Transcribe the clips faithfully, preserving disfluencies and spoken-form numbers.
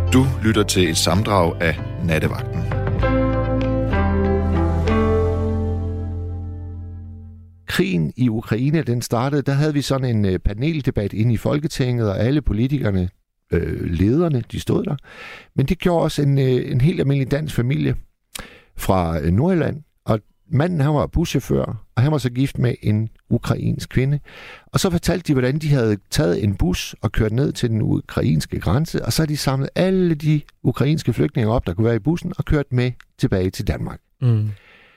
Du lytter til et sammendrag af Nattevagten. Krigen i Ukraine, den startede, der havde vi sådan en paneldebat inde i Folketinget, og alle politikerne, øh, lederne, de stod der. Men det gjorde også en, en helt almindelig dansk familie fra Nordjylland, og manden, han var buschauffør, og han var så gift med en ukrainsk kvinde. Og så fortalte de, hvordan de havde taget en bus og kørt ned til den ukrainske grænse, og så har de samlet alle de ukrainske flygtninge op, der kunne være i bussen, og kørt med tilbage til Danmark. Mm.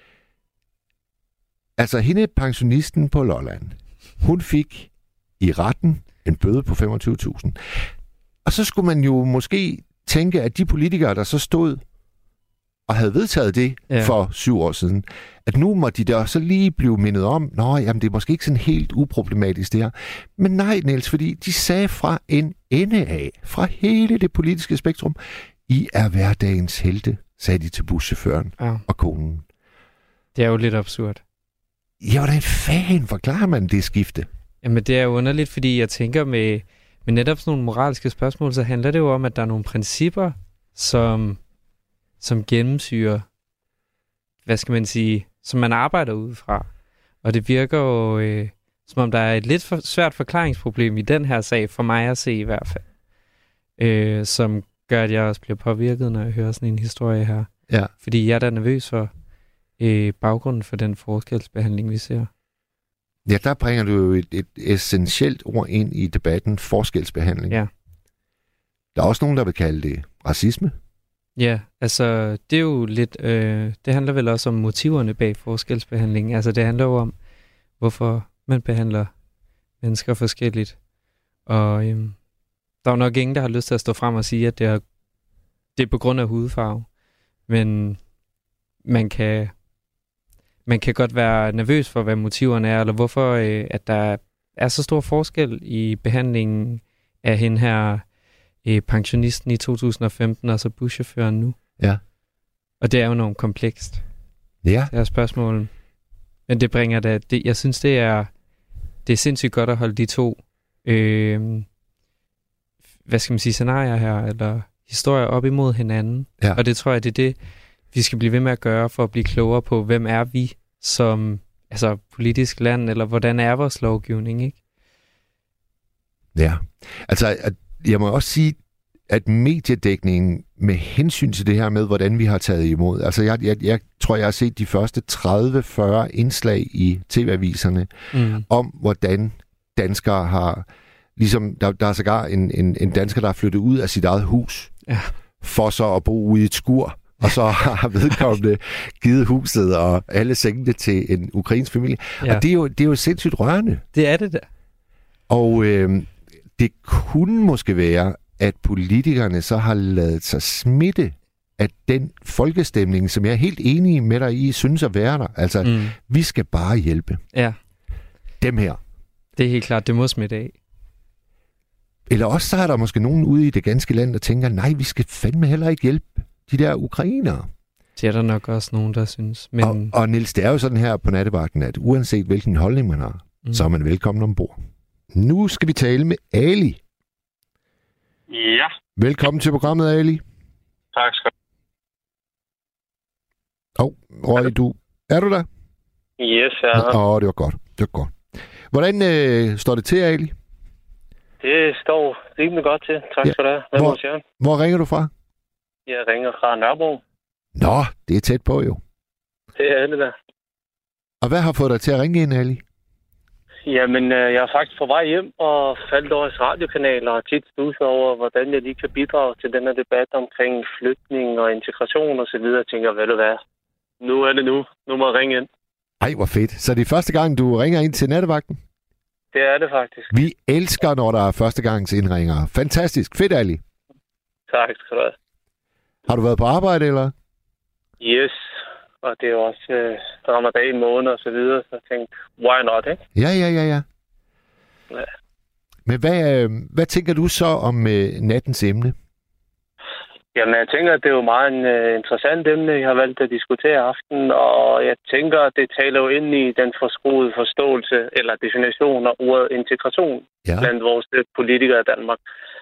Altså, hende pensionisten på Lolland, hun fik i retten en bøde på femogtyve tusind. Og så skulle man jo måske tænke, at de politikere, der så stod og havde vedtaget det ja. for syv år siden, at nu må de der så lige blive mindet om, nå, jamen det er måske ikke sådan helt uproblematisk det her. Men nej, Niels, fordi de sagde fra en ende af, fra hele det politiske spektrum, I er hverdagens helte, sagde de til buschaufføren ja. og konen. Det er jo lidt absurd. Ja, hvordan fanden forklarer man det skifte? Jamen det er jo underligt, fordi jeg tænker med, med netop sådan nogle moralske spørgsmål, så handler det jo om, at der er nogle principper, som... som gennemsyrer, hvad skal man sige, som man arbejder ud fra. Og det virker jo, øh, som om der er et lidt for svært forklaringsproblem i den her sag, for mig at se i hvert fald, øh, som gør, at jeg også bliver påvirket, når jeg hører sådan en historie her. Ja. Fordi jeg er da nervøs for øh, baggrunden for den forskelsbehandling, vi ser. Ja, der bringer du jo et, et essentielt ord ind i debatten, forskelsbehandling. Ja. Der er også nogen, der vil kalde det racisme. Ja, altså det er jo lidt, øh, det handler vel også om motiverne bag forskelsbehandling. Altså det handler jo om, hvorfor man behandler mennesker forskelligt. Og øhm, der er jo nok ingen, der har lyst til at stå frem og sige, at det er, det er på grund af hudfarve. Men man kan, man kan godt være nervøs for, hvad motiverne er, eller hvorfor øh, at der er så stor forskel i behandlingen af hende her, pensionisten i to tusind og femten, og så buschaufføren nu. Ja. Og det er jo enormt komplekst. Ja. Det er spørgsmålet. Men det bringer det, det, jeg synes, det er, det er sindssygt godt at holde de to, øh, hvad skal man sige, scenarier her, eller historier op imod hinanden. Ja. Og det tror jeg, det er det, vi skal blive ved med at gøre, for at blive klogere på, hvem er vi som altså, politisk land, eller hvordan er vores lovgivning, ikke? Ja. Altså, at jeg må også sige, at mediedækningen med hensyn til det her med, hvordan vi har taget imod, altså jeg, jeg, jeg tror, jeg har set de første tredive til fyrre indslag i T V-aviserne mm. om, hvordan danskere har, ligesom der, der er sågar en, en, en dansker, der er flyttet ud af sit eget hus, ja. for så at bo ude i et skur, og så har vedkommende givet huset og alle sengene til en ukrainsk familie. Ja. Og det er, jo, det er jo sindssygt rørende. Det er det da. Og øh, det kunne måske være, at politikerne så har ladet sig smitte af den folkestemning, som jeg er helt enig med dig i, synes at være der. Altså, mm. vi skal bare hjælpe. Ja. Dem her. Det er helt klart, det må smitte af. Eller også så er der måske nogen ude i det ganske land, der tænker, nej, vi skal fandme heller ikke hjælpe de der ukrainere. Det er der nok også nogen, der synes. Men... Og, og Niels, det er jo sådan her på Nattevagten, at uanset hvilken holdning man har, mm. så er man velkommen ombord. Nu skal vi tale med Ali. Ja. Velkommen til programmet, Ali. Tak skal du. Åh, oh, Røg, du... Er du der? Yes, jeg er der. Åh, oh, det var godt. Det var godt. Hvordan øh, står det til, Ali? Det står rimelig godt til. Tak ja. for det. Hvad hvor, må jeg hvor ringer du fra? Jeg ringer fra Nørrebro. Nå, det er tæt på jo. Det er det der. Og hvad har fået dig til at ringe ind, Ali? Jamen, jeg er faktisk på vej hjem og faldt over hans radiokanal og har tit stusset over, hvordan jeg lige kan bidrage til den her debat omkring flytning og integration og så videre. Jeg tænker, hvad det er. Nu er det nu. Nu må jeg ringe ind. Ej, hvor fedt. Så det er første gang, du ringer ind til Nattevagten? Det er det faktisk. Vi elsker, når der er førstegangs indringere. Fantastisk. Fedt, Ali. Tak skal du have. Har du været på arbejde, eller? Yes. Og det er jo også øh, ramadan måned og så videre, så jeg tænkte, why not, ikke? Ja, ja, ja, ja. ja. Men hvad, øh, hvad tænker du så om øh, nattens emne? Jamen, jeg tænker, at det er jo meget en uh, interessant emne, jeg har valgt at diskutere i aften, og jeg tænker, at det taler jo ind i den forskruede forståelse eller definition af ordet integration ja. blandt vores politikere i Danmark.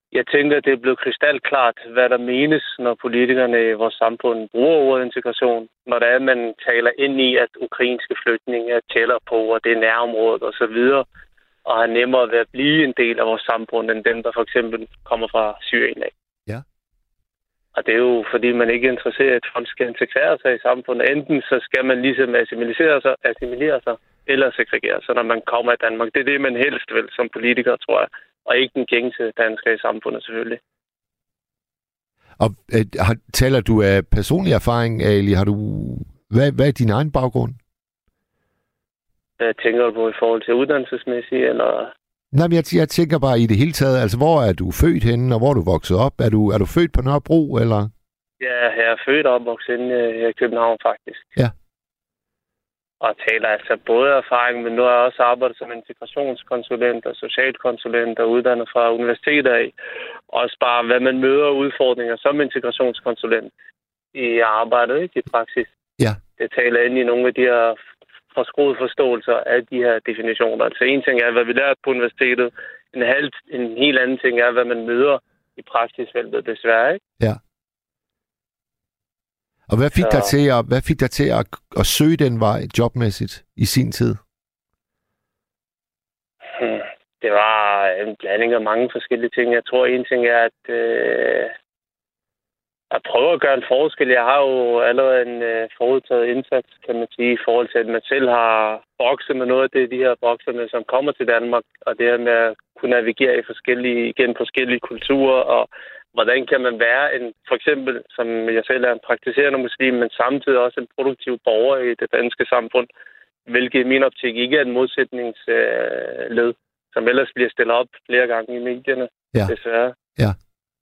Jeg tænker, at det er blevet krystalklart, hvad der menes, når politikerne i vores samfund bruger ordet integration. Når det er, at man taler ind i, at ukrainske flygtninge er tættere på, og det er nærområdet osv., og har nemmere ved at blive en del af vores samfund, end dem, der for eksempel kommer fra Syrien af. Ja. Og det er jo, fordi man ikke er interesseret i, at folk skal integrere sig i samfundet. Enten så skal man ligesom assimilere sig, assimilere sig eller segregere sig, når man kommer i Danmark. Det er det, man helst vil som politiker, tror jeg. Og ikke den gængse dansker i samfundet, selvfølgelig. Og øh, har, taler du af personlig erfaring, Ali? Har du, hvad, hvad er din egen baggrund? Hvad tænker du på i forhold til uddannelsesmæssigt, eller... Nej, men jeg, jeg tænker bare i det hele taget, altså hvor er du født henne, og hvor er du vokset op? Er du, er du født på Nørrebro, eller? Ja, jeg er født og opvokset inde i København, faktisk. Ja. Og taler altså både erfaring, men nu har jeg også arbejdet som integrationskonsulent og socialkonsulent og uddannet fra universiteter af. Også bare, hvad man møder udfordringer som integrationskonsulent i arbejdet, ikke i praksis. Ja. Det taler ind i nogle af de her forskruede forståelser af de her definitioner. Altså en ting er, hvad vi lærte på universitetet. En, halv, en helt anden ting er, hvad man møder i praksisfeltet, desværre, ikke? Ja. Og hvad fik, dig til at, hvad fik dig til at, at søge den vej jobmæssigt i sin tid? Hmm. Det var en blanding af mange forskellige ting. Jeg tror, en ting er, at øh, at prøve at gøre en forskel. Jeg har jo allerede en øh, forudtaget indsats, kan man sige, i forhold til, at man selv har bokset med noget af det, de her bokser med, som kommer til Danmark, og det her med at kunne navigere i forskellige, igen forskellige kulturer, og hvordan kan man være en, for eksempel, som jeg selv er en praktiserende muslim, men samtidig også en produktiv borger i det danske samfund, hvilket i min optik ikke er en modsætningsled, øh, som ellers bliver stillet op flere gange i medierne, ja. desværre. Ja.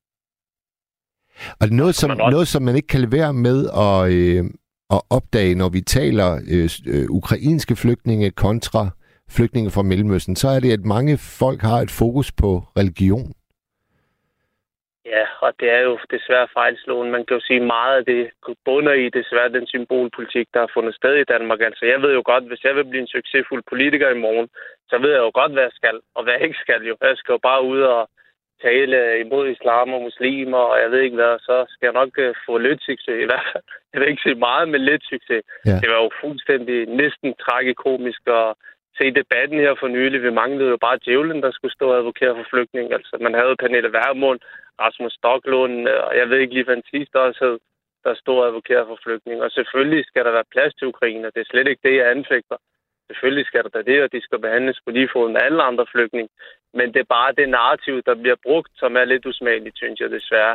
Og noget som, noget, som man ikke kan lade være med at, øh, at opdage, når vi taler øh, ukrainske flygtninge kontra flygtninge fra Mellemøsten, så er det, at mange folk har et fokus på religion. Ja, og det er jo desværre fejlslående. Man kan jo sige meget af det bunder i desværre den symbolpolitik, der har fundet sted i Danmark. Altså jeg ved jo godt, hvis jeg vil blive en succesfuld politiker i morgen, så ved jeg jo godt, hvad jeg skal, og hvad jeg ikke skal jo. Jeg skal jo bare ud og tale imod islam og muslimer, og jeg ved ikke hvad, så skal jeg nok uh, få lidt succes. I hvert fald, jeg vil ikke sige meget, men lidt succes. Ja. Det var jo fuldstændig næsten tragikomisk at se debatten her for nylig. Vi manglede jo bare djævlen, der skulle stå og advokere for flygtninge. Altså man havde Pernille Vermund, Rasmus Stoklund, og jeg ved ikke lige, hvad en sidste også hed, der stod og advokerer for flygtninge. Og selvfølgelig skal der være plads til Ukraine. Det er slet ikke det, jeg anfægter. Selvfølgelig skal der da det, og de skal behandles på lige fod med alle andre flygtninge. Men det er bare det narrativ, der bliver brugt, som er lidt usmageligt, synes jeg desværre.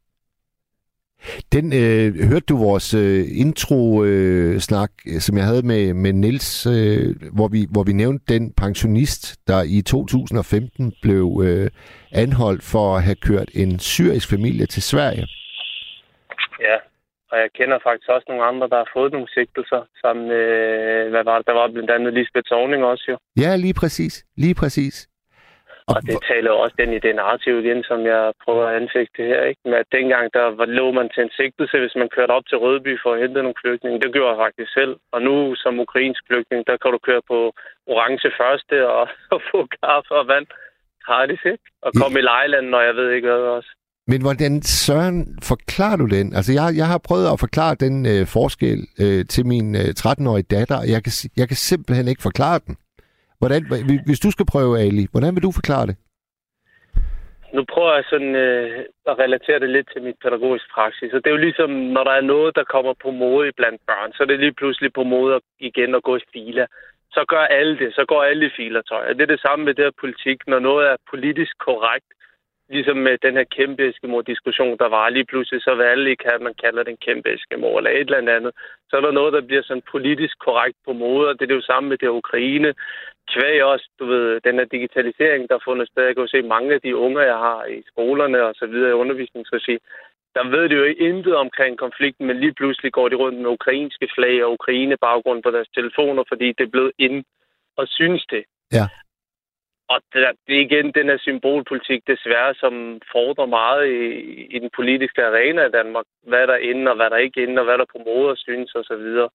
Den, øh, hørte du vores øh, intro-snak, øh, som jeg havde med, med Niels, øh, hvor, vi, hvor vi nævnte den pensionist, der i to tusind og femten blev øh, anholdt for at have kørt en syrisk familie til Sverige? Ja, og jeg kender faktisk også nogle andre, der har fået nogle sigtelser, som, øh, hvad var det, der var blandt andet Lisbeth Zornig også jo. Ja, lige præcis, lige præcis. Og, og det taler også den i det narrativ igen, som jeg prøver at anfægte her, ikke? Men at dengang, der var, lå man til en sigtelse, hvis man kørte op til Rødby for at hente nogle flygtninge. Det gjorde jeg faktisk selv. Og nu som ukrainsk flygtning, der kan du køre på orange første og, og få kaffe og vand gratis, ikke? Og komme ja. i lejelandet, når jeg ved ikke hvad også. Men hvordan, Søren, forklarer du den? Altså, jeg, jeg har prøvet at forklare den øh, forskel øh, til min øh, tretten-årige datter, og jeg kan, jeg kan simpelthen ikke forklare den. Hvordan, hvis du skal prøve, Ali, hvordan vil du forklare det? Nu prøver jeg sådan øh, at relatere det lidt til mit pædagogisk praksis. Og det er jo ligesom, når der er noget, der kommer på mode blandt børn, så er det lige pludselig på mode igen at gå i fila. Så gør alle det. Så går alle i filertøj. Og det er det samme med det her politik. Når noget er politisk korrekt, ligesom med den her kæmpe Eskimo-diskussion, der var lige pludselig, så vil alle ikke have, at man kalder den kæmpe Eskimo eller et eller andet. Så er der noget, der bliver sådan politisk korrekt på mode, og det er det jo samme med det Ukraine. Kvæg også, du ved, den her digitalisering, der har fundet sted. Jeg kan jo se mange af de unge, jeg har i skolerne og så videre i undervisningsregi, der ved de jo intet omkring konflikten, men lige pludselig går de rundt med ukrainske flag og Ukraine-baggrund på deres telefoner, fordi det er blevet inde og synes det. Ja. Og det er igen den her symbolpolitik, desværre, som fordrer meget i, i den politiske arena i Danmark. Hvad er der inde, og hvad er der ikke inde, og hvad er der på mode og synes, og så videre.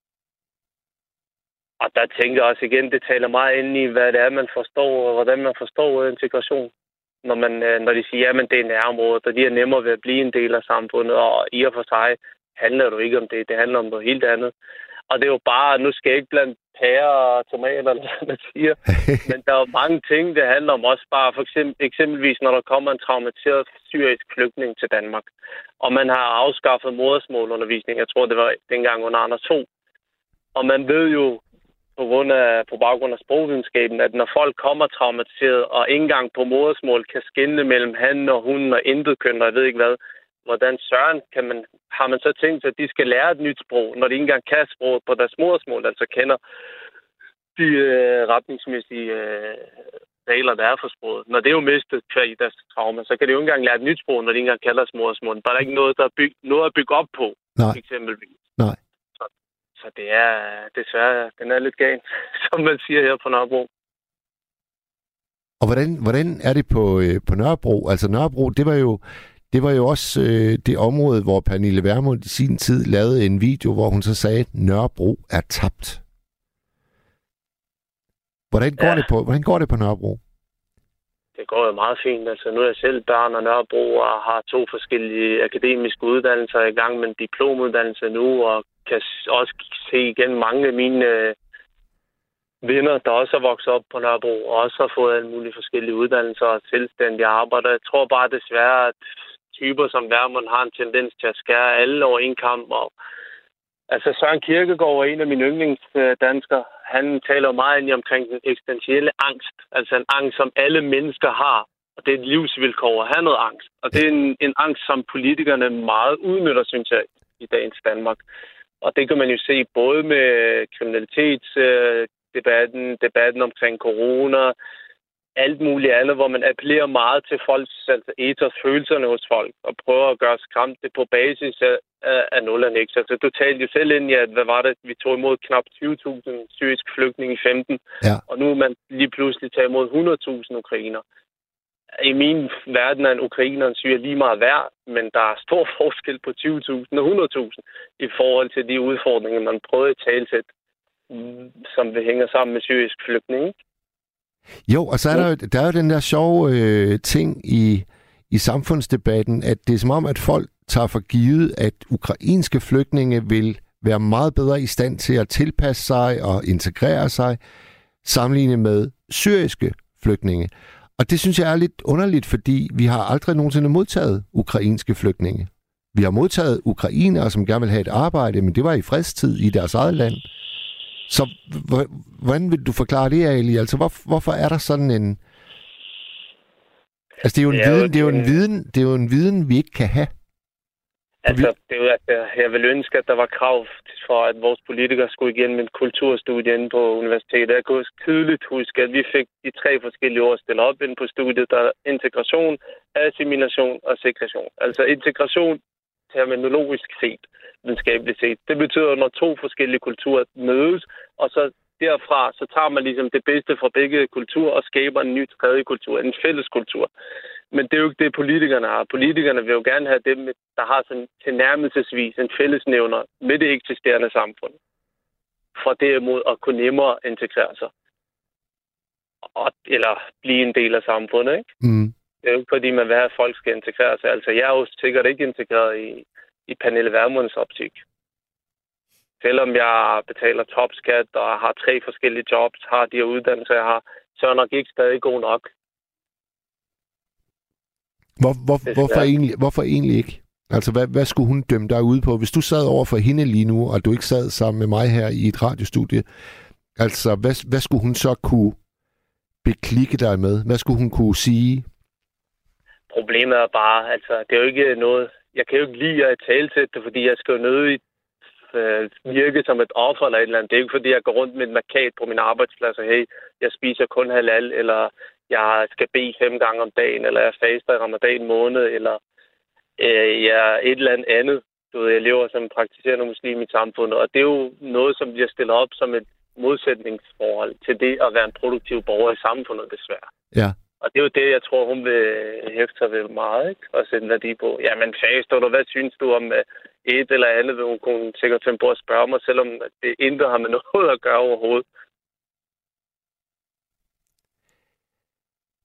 Og der tænker jeg også igen, det taler meget ind i, hvad det er, man forstår, og hvordan man forstår integration. når, man, når de siger, at det er nærområdet, og de er nemmere ved at blive en del af samfundet, og i og for sig handler det jo ikke om det, det handler om noget helt andet. Og det er jo bare, nu skal jeg ikke blande pærer og tomater, eller hvad man siger, men der er jo mange ting, det handler om også bare, for eksempel, eksempelvis når der kommer en traumatiseret syrisk flygtning til Danmark, og man har afskaffet modersmålundervisning, jeg tror, det var dengang under Anders to, og man ved jo, på, grund af, på baggrund af sprogvidenskaben, at når folk kommer traumatiseret, og ikke engang på modersmål kan skelne mellem han og hun og intet køn, og jeg ved ikke hvad, hvordan søren kan man, har man så tænkt sig, at de skal lære et nyt sprog, når de ikke engang kan sproget på deres modersmål, altså kender de øh, retningsmæssige øh, regler, der er for sproget. Når det er jo mistet hver i deres traume, så kan de jo ikke engang lære et nyt sprog, når de ikke engang kan deres modersmål. Der er ikke noget, der er byg, noget at bygge op på, Nej. eksempelvis. Nej. Så, så det er desværre, den er lidt gal, som man siger her på Nørrebro. Og hvordan, hvordan er det på, øh, på Nørrebro? Altså Nørrebro, det var jo Det var jo også øh, det område, hvor Pernille Vermund i sin tid lavede en video, hvor hun så sagde, at Nørrebro er tabt. Hvordan går, ja. det, på, hvordan går det på Nørrebro? Det går jo meget fint. Altså, nu er jeg selv børn af Nørrebro og har to forskellige akademiske uddannelser i gang med en diplomuddannelse nu, og kan også se igen mange af mine øh, venner, der også er vokset op på Nørrebro, og også har fået alle mulige forskellige uddannelser og selvstændige arbejder. Jeg tror bare desværre, at typer som Vermund har en tendens til at skære alle over en kamp. Og altså Søren Kierkegaard er en af mine yndlingsdanskere. Han taler meget omkring den eksistentielle angst. Altså en angst, som alle mennesker har. Og det er et livsvilkår at have noget angst. Og det er en, en angst, som politikerne meget udnytter, synes jeg, i dagens Danmark. Og det kan man jo se både med kriminalitetsdebatten, debatten omkring corona, alt muligt andet, hvor man appellerer meget til folks altså ethos, følelserne hos folk, og prøver at gøre skræmt det på basis af, af nul og niks. Altså, du talte jo selv ind i, at hvad var det? Vi tog imod knap tyve tusind syriske flygtninge i femten, ja. Og nu er man lige pludselig taget imod hundrede tusind ukrainer. I min verden er en ukrainer en syrer lige meget værd, men der er stor forskel på tyve tusind og hundrede tusind i forhold til de udfordringer, man prøver at talsæt, som det hænger sammen med syriske flygtninge. Jo, og så er der jo, der er jo den der sjove øh, ting i, i samfundsdebatten, at det er som om, at folk tager for givet, at ukrainske flygtninge vil være meget bedre i stand til at tilpasse sig og integrere sig, sammenlignet med syriske flygtninge. Og det synes jeg er lidt underligt, fordi vi har aldrig nogensinde modtaget ukrainske flygtninge. Vi har modtaget ukrainere, som gerne vil have et arbejde, men det var i fredstid i deres eget land. Så hvordan vil du forklare det, Ali? Altså, hvor, hvorfor er der sådan en... Altså, det er jo en, ja, viden, det er jo en, viden, det er jo en viden, vi ikke kan have. Altså, det er jo, at jeg vil ønske, at der var krav for, at vores politikere skulle igennem en kulturstudie inde på universitetet. Jeg kunne tydeligt huske, at vi fik de tre forskellige ord stillet op inde på studiet. Der er integration, assimilation og segregation. Altså, integration terminologisk set, videnskabeligt set. Det betyder, når to forskellige kulturer mødes, og så derfra, så tager man ligesom det bedste fra begge kulturer og skaber en ny tredje kultur, en fælles kultur. Men det er jo ikke det, politikerne har. Politikerne vil jo gerne have dem, der har sådan tilnærmelsesvis en fællesnævner med det eksisterende samfund. For derimod at kunne nemmere integrere sig. Og, eller blive en del af samfundet, ikke? Mm. Det er jo ikke, fordi man vil have, at folk skal integrere sig. Altså, jeg er jo sikkert ikke integreret i, i Pernille Vermunds optik. Selvom jeg betaler topskat og har tre forskellige jobs, har de her uddannelser, jeg har, så er jeg nok ikke stadig god nok. Hvor, hvor, hvorfor, egentlig, hvorfor egentlig ikke? Altså, hvad, hvad skulle hun dømme dig ude på? Hvis du sad over for hende lige nu, og du ikke sad sammen med mig her i et radiostudie, altså, hvad, hvad skulle hun så kunne beklikke dig med? Hvad skulle hun kunne sige? Problemet er bare, altså, det er jo ikke noget... Jeg kan jo ikke lide at talsætte det, fordi jeg skal jo nødigt øh, virke som et offer eller et eller andet. Det er jo ikke, fordi jeg går rundt med et markat på min arbejdsplads og hey, jeg spiser kun halal, eller jeg skal bede fem gange om dagen, eller jeg faster i ramadan måned, eller øh, jeg er et eller andet andet. Du ved, jeg lever som en praktiserende muslim i samfundet, og det er jo noget, som bliver stillet op som et modsætningsforhold til det at være en produktiv borger i samfundet, desværre. Ja. Og det er jo det, jeg tror, hun vil hæfte sig ved meget, ikke? Og sætte en værdi på. Jamen, faster du, hvad synes du om et eller andet, vil hun kunne sikkert finde på at spørge mig, selvom det intet har med noget at gøre overhovedet.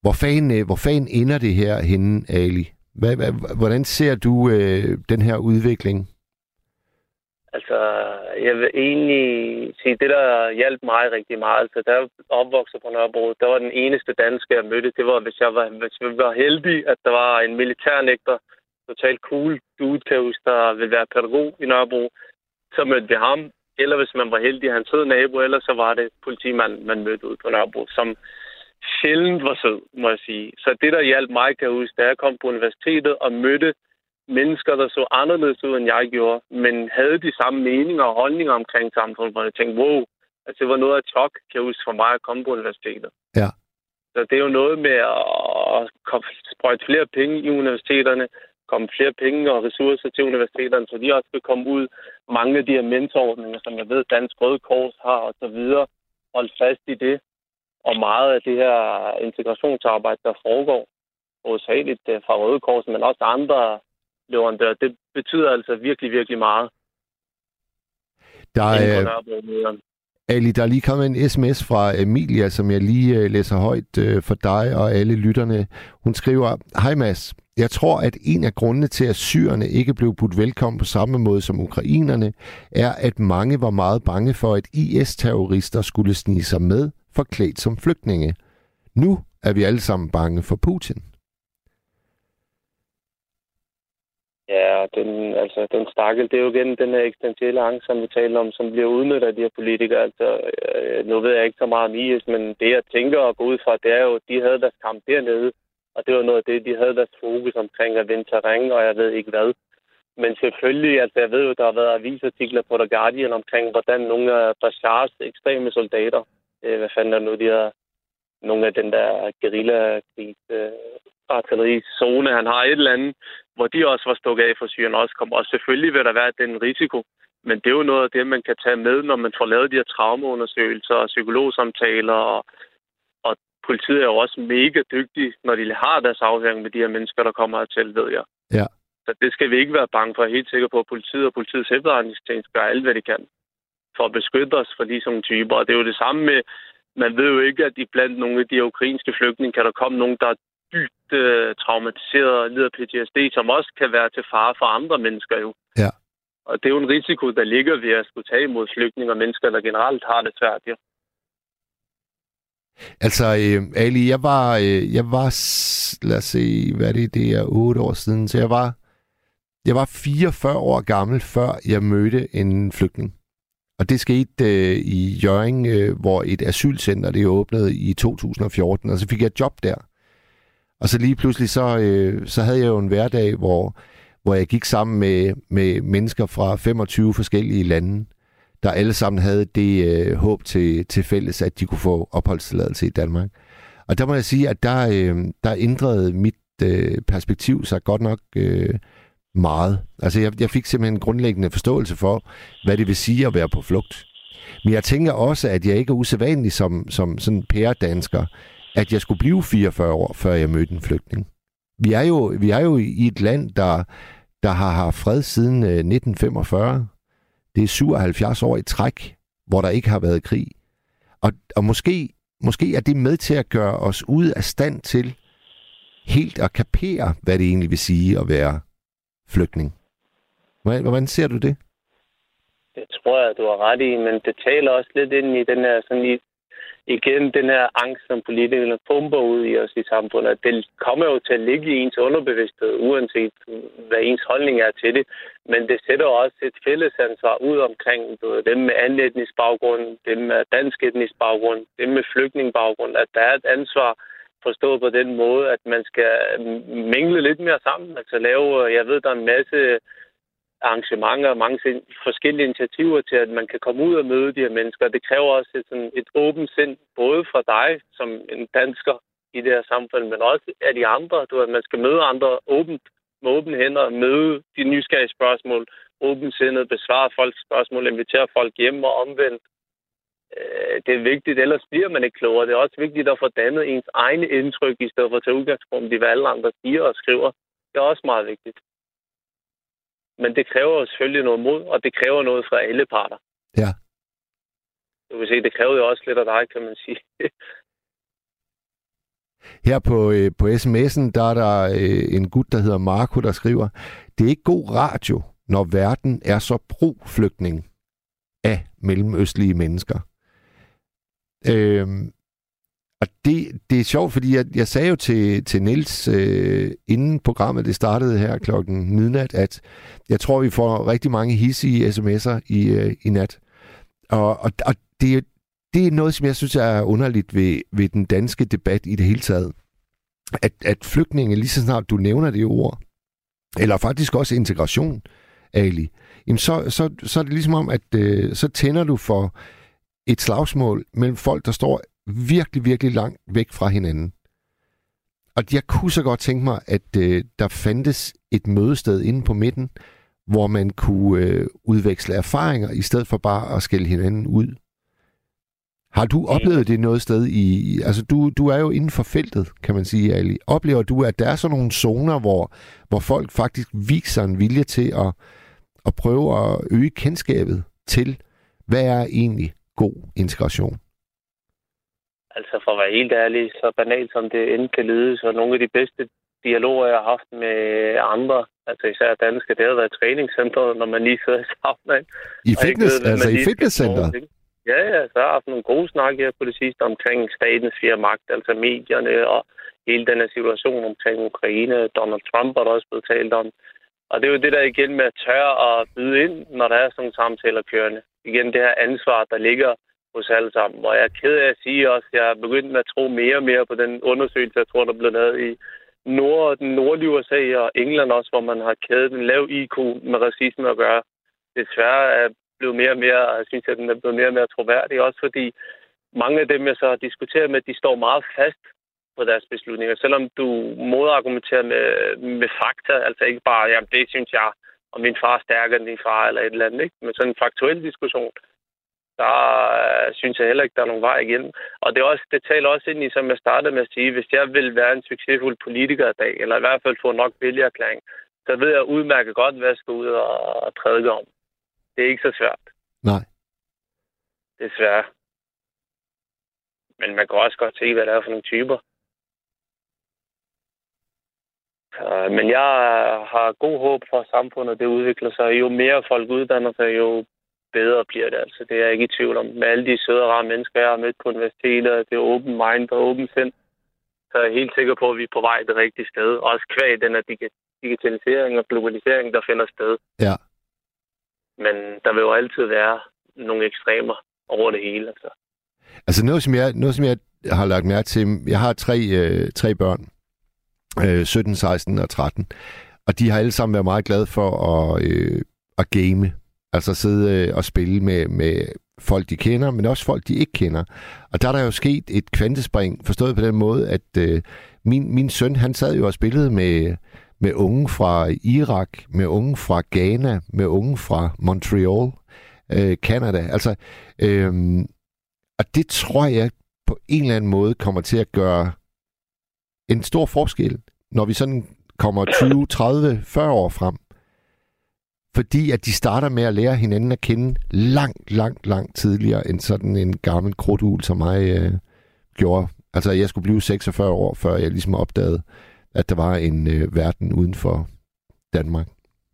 hvor fanden, hvor fanden ender det her henne, Ali? Hvad, hvad, hvordan ser du øh, den her udvikling? Altså, jeg vil egentlig sige, det der hjalp mig rigtig meget, altså da jeg opvoksede på Nørrebro, der var den eneste dansker, jeg mødte, det var, hvis jeg var, hvis jeg var heldig, at der var en militærnægter, totalt cool dude, kan jeg huske, der ville være pædagog i Nørrebro, så mødte vi ham, eller hvis man var heldig, han sød nabo, eller så var det politimanden, man mødte ud på Nørrebro, som sjældent var sød, må jeg sige. Så det, der hjalp mig, kan jeg huske, da jeg kom på universitetet og mødte mennesker, der så anderledes ud, end jeg gjorde, men havde de samme meninger og holdninger omkring samfundet, hvor jeg tænkte, wow, altså det var noget af et chok, kan jeg huske, for mig at komme på universitetet. Ja. Så det er jo noget med at sprøjte flere penge i universiteterne, komme flere penge og ressourcer til universiteterne, så de også vil komme ud. Mange af de her mentorordninger, som jeg ved, Dansk Røde Kors har og så videre, holde fast i det. Og meget af det her integrationsarbejde, der foregår, hovedsageligt fra Røde Kors, men også andre leverandører, det betyder altså virkelig, virkelig meget. Der er, Ali, der er lige kommet en sms fra Emilia, som jeg lige læser højt for dig og alle lytterne. Hun skriver, hej Mads, jeg tror, at en af grundene til, at syrerne ikke blev budt velkommen på samme måde som ukrainerne, er, at mange var meget bange for, at I S-terrorister skulle snige sig med, forklædt som flygtninge. Nu er vi alle sammen bange for Putin. Ja, den, altså, den stakkel, det er jo igen den her eksistentielle angst, som vi taler om, som bliver udnyttet af de her politikere. Altså, øh, nu ved jeg ikke så meget om I S, men det, jeg tænker at gå ud fra, det er jo, de havde deres kamp dernede, og det var noget af det, de havde deres fokus omkring at vinde terræn, og jeg ved ikke hvad. Men selvfølgelig, altså, jeg ved jo, der har været avisartikler på The Guardian omkring, hvordan nogle af Bashars ekstreme soldater, øh, hvad fanden er nu, de her, nogle af den der guerilla-krig, øh, artillerizone, han har et eller andet, hvor de også var stukket af for Syrien også kom. Og selvfølgelig vil der være den risiko, men det er jo noget af det, man kan tage med, når man får lavet de her traumeundersøgelser og psykologsamtaler, og, og politiet er jo også mega dygtige, når de har deres afhøring med de her mennesker, der kommer hertil, ved jeg. Ja. Så det skal vi ikke være bange for. Jeg er helt sikker på, at politiet og politiets efterretningstjeneste gør alt, hvad de kan for at beskytte os for de sådan typer. Og det er jo det samme med, man ved jo ikke, at iblandt nogle af de ukrainske flygtninge kan der komme nogen, der er dybt øh, traumatiseret og lider P T S D, som også kan være til fare for andre mennesker jo. Ja. Og det er jo en risiko, der ligger ved at skulle tage imod flygtninge og mennesker, der generelt har det svært, ja. Altså, øh, Ali, jeg var, øh, jeg var, lad os se, hvad er det, det er otte år siden, så jeg var, jeg var fireogfyrre år gammel, før jeg mødte en flygtning. Og det skete øh, i Hjørring, øh, hvor et asylcenter, det åbnede i to tusind og fjorten, og så fik jeg et job der. Og så lige pludselig, så, øh, så havde jeg jo en hverdag, hvor, hvor jeg gik sammen med, med mennesker fra femogtyve forskellige lande, der alle sammen havde det øh, håb til, til fælles, at de kunne få opholdstilladelse i Danmark. Og der må jeg sige, at der, øh, der ændrede mit øh, perspektiv sig godt nok øh, meget. Altså jeg, jeg fik simpelthen en grundlæggende forståelse for, hvad det vil sige at være på flugt. Men jeg tænker også, at jeg ikke er usædvanlig som, som sådan pæredansker, at jeg skulle blive fireogfyrre år, før jeg mødte en flygtning. Vi er jo, vi er jo i et land, der, der har haft fred siden øh, nitten femogfyrre. Det er syvoghalvfjerds år i træk, hvor der ikke har været krig. Og, og måske, måske er det med til at gøre os ud af stand til helt at kapere, hvad det egentlig vil sige at være flygtning. Hvordan, hvordan ser du det? Det tror jeg, du har ret i, men det taler også lidt ind i den her, sådan i, igen, den her angst, som politikerne pumper ud i os i samfundet. Det kommer jo til at ligge i ens underbevidsthed, uanset hvad ens holdning er til det. Men det sætter også et fællesansvar ud omkring du ved, dem med anden etnisk baggrund, dem med dansk etnisk baggrund, dem med flygtningbaggrund, at der er et ansvar forstået på den måde, at man skal mingle lidt mere sammen. Altså lave, jeg ved, der er en masse arrangementer og mange forskellige initiativer til, at man kan komme ud og møde de her mennesker. Det kræver også et, sådan, et åbent sind, både fra dig som en dansker i det her samfund, men også af de andre. Du, at man skal møde andre åbent, med åbne hænder, møde de nysgerrige spørgsmål, åbensindet, besvare folks spørgsmål, invitere folk hjem og omvendt. Det er vigtigt, ellers bliver man ikke klogere. Det er også vigtigt at få dannet ens egne indtryk, i stedet for at tage udgangspunkt i, hvad alle andre siger og skriver. Det er også meget vigtigt. Men det kræver selvfølgelig noget mod, og det kræver noget fra alle parter. Ja. Du kan se, det kræver jo også lidt af dig, kan man sige. Her på, øh, på sms'en, der er der øh, en gut, der hedder Marco, der skriver, det er ikke god radio, når verden er så pro-flygtning af mellemøstlige mennesker. Øhm, og det, det er sjovt, fordi jeg, jeg sagde jo til, til Niels, øh, inden programmet det startede her klokken midnat, at jeg tror, vi får rigtig mange hissige sms'er i, øh, i nat. Og, og, og det, det er noget, som jeg synes er underligt ved, ved den danske debat i det hele taget. At, at flygtninge, lige så snart du nævner det ord, eller faktisk også integration, Ali, jamen så, så, så er det ligesom om, at øh, så tænder du for et slagsmål mellem folk, der står virkelig, virkelig langt væk fra hinanden. Og jeg kunne så godt tænke mig, at øh, der fandtes et mødested inde på midten, hvor man kunne øh, udveksle erfaringer, i stedet for bare at skælde hinanden ud. Har du oplevet det noget sted i... Altså, du, du er jo inden for feltet, kan man sige, Ali. Oplever du, at der er sådan nogle zoner, hvor, hvor folk faktisk viser en vilje til at, at prøve at øge kendskabet til, hvad er egentlig god integration? Altså, for at være helt ærlig, så banalt som det end kan lyde, så nogle af de bedste dialoger, jeg har haft med andre, altså især danske, det har været træningscenteret, når man lige sidder sammen. I fitness, ved, altså i fitnesscenteret? Ja, ja, så har jeg haft nogle gode snak her på det sidste omkring statens fire magt, altså medierne og hele den her situation omkring Ukraine. Donald Trump har der også blevet talt om. Og det er jo det der igen med at tørre at byde ind, når der er sådan nogle samtaler kørende. Igen det her ansvar, der ligger hos alle sammen. Og jeg er ked af at sige også, at jeg er begyndt med at tro mere og mere på den undersøgelse, jeg tror, der blev lavet i Nord, den nordlige U S A og England også, hvor man har kædet en lav I Q med racisme at gøre. Desværre er blevet mere og mere, jeg synes, at den er blevet mere og mere troværdig, også fordi mange af dem, jeg så har diskuteret med, de står meget fast på deres beslutninger. Selvom du modargumenterer med, med fakta, altså ikke bare, jamen det synes jeg, og min far er stærkere end din far, eller et eller andet, ikke? Men sådan en faktuel diskussion, der øh, synes jeg heller ikke, der er nogen vej igen. Og det, er også, det taler også ind i, som jeg startede med at sige, hvis jeg vil være en succesfuld politiker i dag, eller i hvert fald få nok vælgererklæring, så ved jeg udmærket godt, hvad jeg skal ud og, og prædike om. Det er ikke så svært. Nej. Desværre. Men man kan også godt se, hvad det er for nogle typer. Så, men jeg har god håb for, at samfundet det udvikler sig. Jo mere folk uddanner sig, jo bedre bliver det. Altså, det er jeg ikke i tvivl om. Med alle de søde og rare mennesker, jeg har mødt på universitetet, det er open mind og open sind, så er jeg helt sikker på, at vi er på vej det rigtige sted. Også kvæg den her digitalisering og globalisering, der finder sted. Ja. Men der vil jo altid være nogle ekstremer over det hele. Altså, altså noget, som jeg, noget, som jeg har lagt mærke til, jeg har tre, øh, tre børn, øh, sytten, seksten og tretten, og de har alle sammen været meget glade for at, øh, at game. Altså sidde øh, og spille med, med folk, de kender, men også folk, de ikke kender. Og der er der jo sket et kvantespring, forstået på den måde, at øh, min, min søn, han sad jo og spillede med... med unge fra Irak, med unge fra Ghana, med unge fra Montreal, øh, Canada. Altså, øh, og det tror jeg på en eller anden måde kommer til at gøre en stor forskel, når vi sådan kommer tyve, tredive, fyrre år frem. Fordi at de starter med at lære hinanden at kende langt, langt, langt tidligere, end sådan en gammel krudthul, som mig øh, gjorde. Altså, jeg skulle blive seksogfyrre år, før jeg ligesom opdagede, at der var en øh, verden uden for Danmark.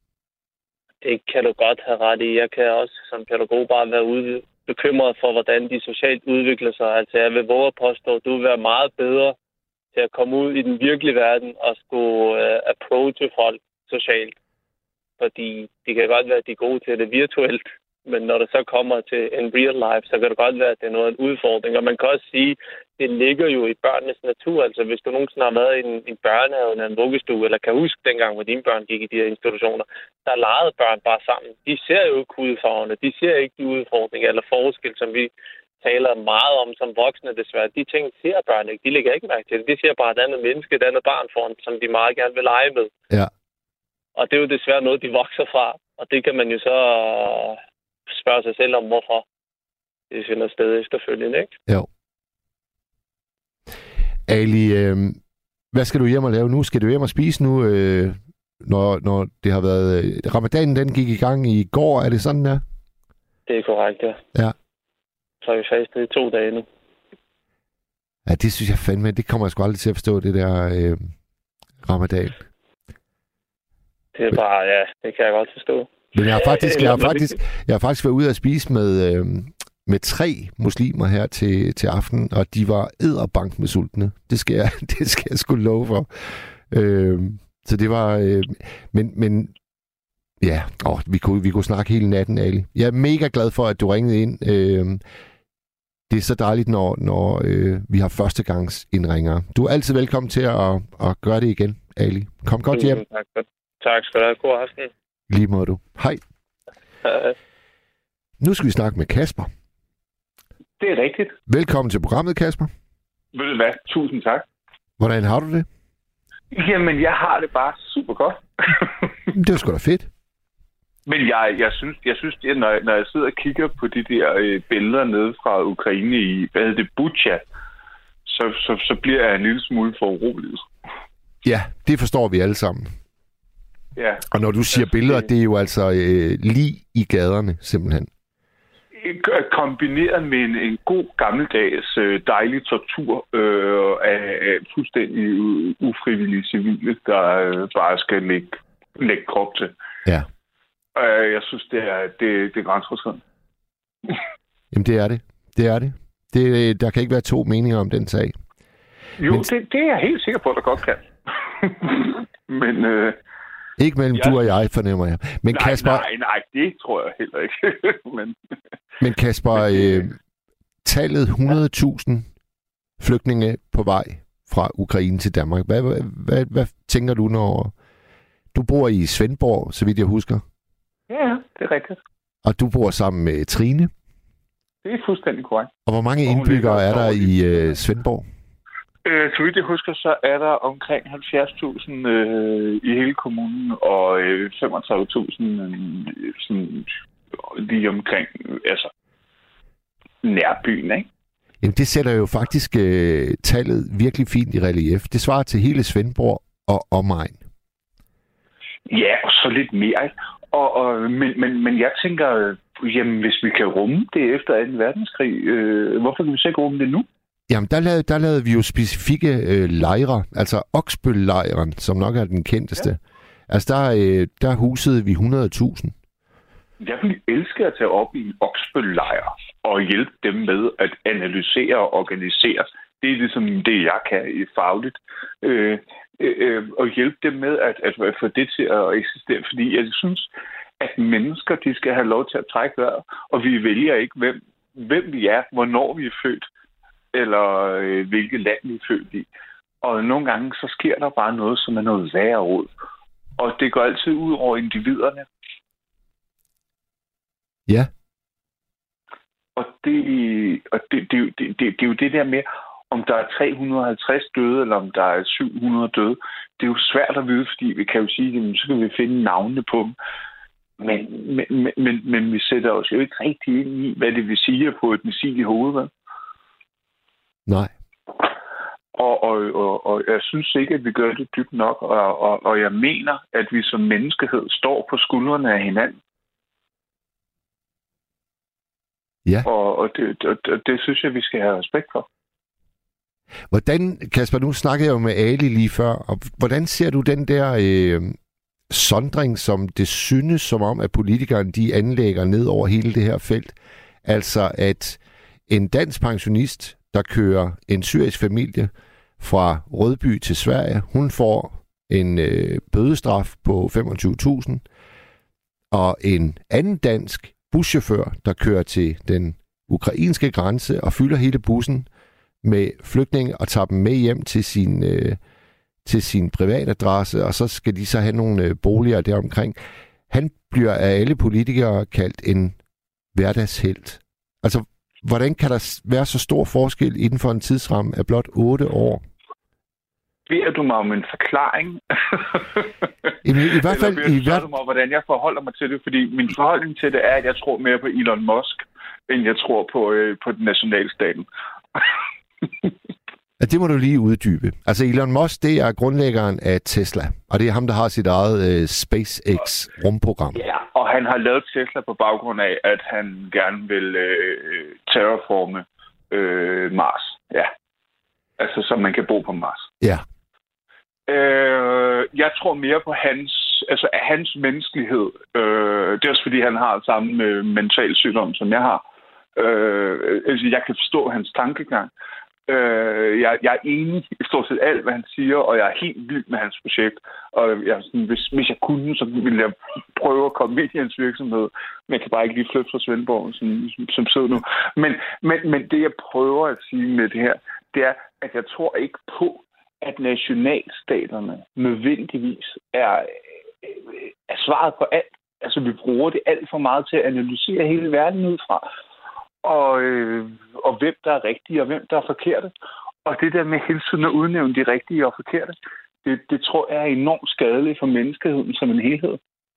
Det kan du godt have ret i. Jeg kan også som pædagog bare være ude, bekymret for, hvordan de socialt udvikler sig. Altså jeg vil våge at påstå, at du vil være meget bedre til at komme ud i den virkelige verden og skulle øh, approache folk socialt. Fordi det kan godt være, at de er gode til det virtuelt. Men når det så kommer til en real life, så kan det godt være, at det er noget af en udfordring. Og man kan også sige, det ligger jo i børnenes natur. Altså hvis du nogensinde har været i en, en børnehave eller en vuggestue, eller kan huske dengang, hvor dine børn gik i de her institutioner, der legede børn bare sammen. De ser jo ikke hudfarverne, de ser ikke de udfordringer eller forskel, som vi taler meget om som voksne desværre. De ting ser børn ikke, de lægger ikke mærke til det. De ser bare et andet menneske, et andet barn foran, som de meget gerne vil lege med. Ja. Og det er jo desværre noget, de vokser fra. Og det kan man jo så spørge sig selv om, hvorfor det finder sted efterfølgende, ikke? Jo. Ali, øh, hvad skal du hjem og lave nu? Skal du hjem og spise nu, øh, når, når det har været... Øh, ramadanen, den gik i gang i går, er det sådan der? Det er korrekt, ja. Ja. Så er vi fastet i to dage nu. Ja, det synes jeg fandme, det kommer jeg sgu aldrig til at forstå, det der øh, ramadan. Det er bare, ja, det kan jeg godt forstå. Men jeg har faktisk, jeg har faktisk, jeg har faktisk været ude at spise med, øh, med tre muslimer her til, til aften, og de var edderbank med sultne. Det skal jeg, det skal jeg sgu love for. Øh, så det var... Øh, men, men ja, åh, vi, kunne, vi kunne snakke hele natten, Ali. Jeg er mega glad for, at du ringede ind. Øh, det er så dejligt, når, når øh, vi har førstegangs indringere. Du er altid velkommen til at, at gøre det igen, Ali. Kom godt hjem. Tak, tak skal du have. God aften. Lige må du. Hej. Hej. Nu skal vi snakke med Kasper. Det er rigtigt. Velkommen til programmet, Kasper. Ved du hvad? Tusind tak. Hvordan har du det? Jamen, jeg har det bare super godt. Det er sgu da fedt. Men jeg, jeg synes, jeg synes det, når, jeg, når jeg sidder og kigger på de der øh, billeder nede fra Ukraine i, hvad hedder det, Bucha, så, så, så bliver jeg en lille smule for urolig. Ja, det forstår vi alle sammen. Ja. Og når du siger altså, billeder, det er jo altså øh, lige i gaderne, simpelthen. Kombineret med en, en god gammeldags øh, dejlig tortur øh, af, af fuldstændig ufrivillige civile, der øh, bare skal lægge, lægge krop til. Ja. Øh, jeg synes, det er, det, det er grænseoverskridende. Jamen, det er det. Det er det. det. Der kan ikke være to meninger om den sag. Jo, Men... det, det er jeg helt sikker på, at der godt kan. Men... Øh, Ikke mellem ja. du og jeg, fornemmer jeg. Men nej, Kasper... nej, nej, det tror jeg heller ikke. Men, Men Kasper, øh, tallet hundrede tusind flygtninge på vej fra Ukraine til Danmark. Hvad, hvad, hvad, hvad tænker du, når du bor i Svendborg, så vidt jeg husker? Ja, det er rigtigt. Og du bor sammen med Trine? Det er fuldstændig korrekt. Og hvor mange indbyggere er der i øh, Svendborg? Øh, så vidt jeg husker, så er der omkring halvfjerds tusind øh, i hele kommunen, og øh, femogtredive tusind øh, sådan, lige omkring altså, nærbyen, ikke? Jamen, det sætter jo faktisk øh, tallet virkelig fint i relief. Det svarer til hele Svendborg og omegn. Ja, og så lidt mere, ikke? Og, og, men, men, men jeg tænker, øh, jamen, hvis vi kan rumme det efter anden verdenskrig, øh, hvorfor kan vi så ikke rumme det nu? Jamen, der lavede, der lavede vi jo specifikke øh, lejre, altså Oksbøl-lejren, som nok er den kendteste. Ja. Altså, der, øh, der husede vi hundrede tusind. Jeg ville elske at tage op i en Oksbøl-lejr og hjælpe dem med at analysere og organisere. Det er ligesom det, jeg kan i fagligt. Øh, øh, og hjælpe dem med at, at få det til at eksistere. Fordi jeg synes, at mennesker, de skal have lov til at trække vejret, og vi vælger ikke, hvem, hvem vi er, hvornår vi er født, eller øh, hvilket land vi er født i. Og nogle gange, så sker der bare noget, som er noget værre råd. Og det går altid ud over individerne. Ja. Og det, og det, det, det, det, det er jo det der med, om der er tre hundrede og halvtreds døde, eller om der er syv hundrede døde. Det er jo svært at vide, fordi vi kan jo sige, at så kan vi finde navnene på dem. Men, men, men, men vi sætter os jo ikke rigtig ind i, hvad det vil sige at få et missil i hovedet. Nej. Og, og, og, og jeg synes ikke, at vi gør det dybt nok. Og, og, og jeg mener, at vi som menneskehed står på skuldrene af hinanden. Ja. Og, og det, det, det synes jeg, vi skal have respekt for. Hvordan, Kasper, nu snakkede jeg jo med Ali lige før, og hvordan ser du den der øh, sondring, som det synes som om, at politikerne de anlægger ned over hele det her felt? Altså, at en dansk pensionist, der kører en syrisk familie fra Rødby til Sverige, hun får en øh, bødestraf på femogtyve tusind, og en anden dansk buschauffør, der kører til den ukrainske grænse og fylder hele bussen med flygtninge og tager dem med hjem til sin, øh, til sin privatadresse, og så skal de så have nogle øh, boliger deromkring. Han bliver af alle politikere kaldt en hverdagshelt. Altså, hvordan kan der være så stor forskel inden for en tidsramme af blot otte år? Beder du mig om en forklaring? I, i hvert fald... Eller beder i hvert... du mig, hvordan jeg forholder mig til det? Fordi min forholdning til det er, at jeg tror mere på Elon Musk, end jeg tror på, øh, på den nationalstaten. Ja, det må du lige uddybe. Altså Elon Musk, det er grundlæggeren af Tesla, og det er ham, der har sit eget øh, SpaceX-rumprogram. Ja, og han har lavet Tesla på baggrund af, at han gerne vil øh, terraforme øh, Mars. Ja. Altså, så man kan bo på Mars. Ja. Øh, jeg tror mere på hans, altså hans menneskelighed. Øh, det er også fordi, han har samme øh, mental sygdom, som jeg har. Øh, altså, jeg kan forstå hans tankegang. Øh, jeg, jeg er enig i stort set alt, hvad han siger, og jeg er helt vild med hans projekt. Og jeg, sådan, hvis, hvis jeg kunne, så ville jeg prøve at komme ind i hans virksomhed. Men jeg kan bare ikke lige flytte fra Svendborg, som, som, som sidder nu. Men, men, men det, jeg prøver at sige med det her, det er, at jeg tror ikke på, at nationalstaterne nødvendigvis er, er svaret på alt. Altså, vi bruger det alt for meget til at analysere hele verden ud fra. Og, øh, og hvem der er rigtige, og hvem der er forkerte. Og det der med hele tiden at udnævne de rigtige og forkerte, det, det tror jeg er enormt skadeligt for menneskeheden som en helhed.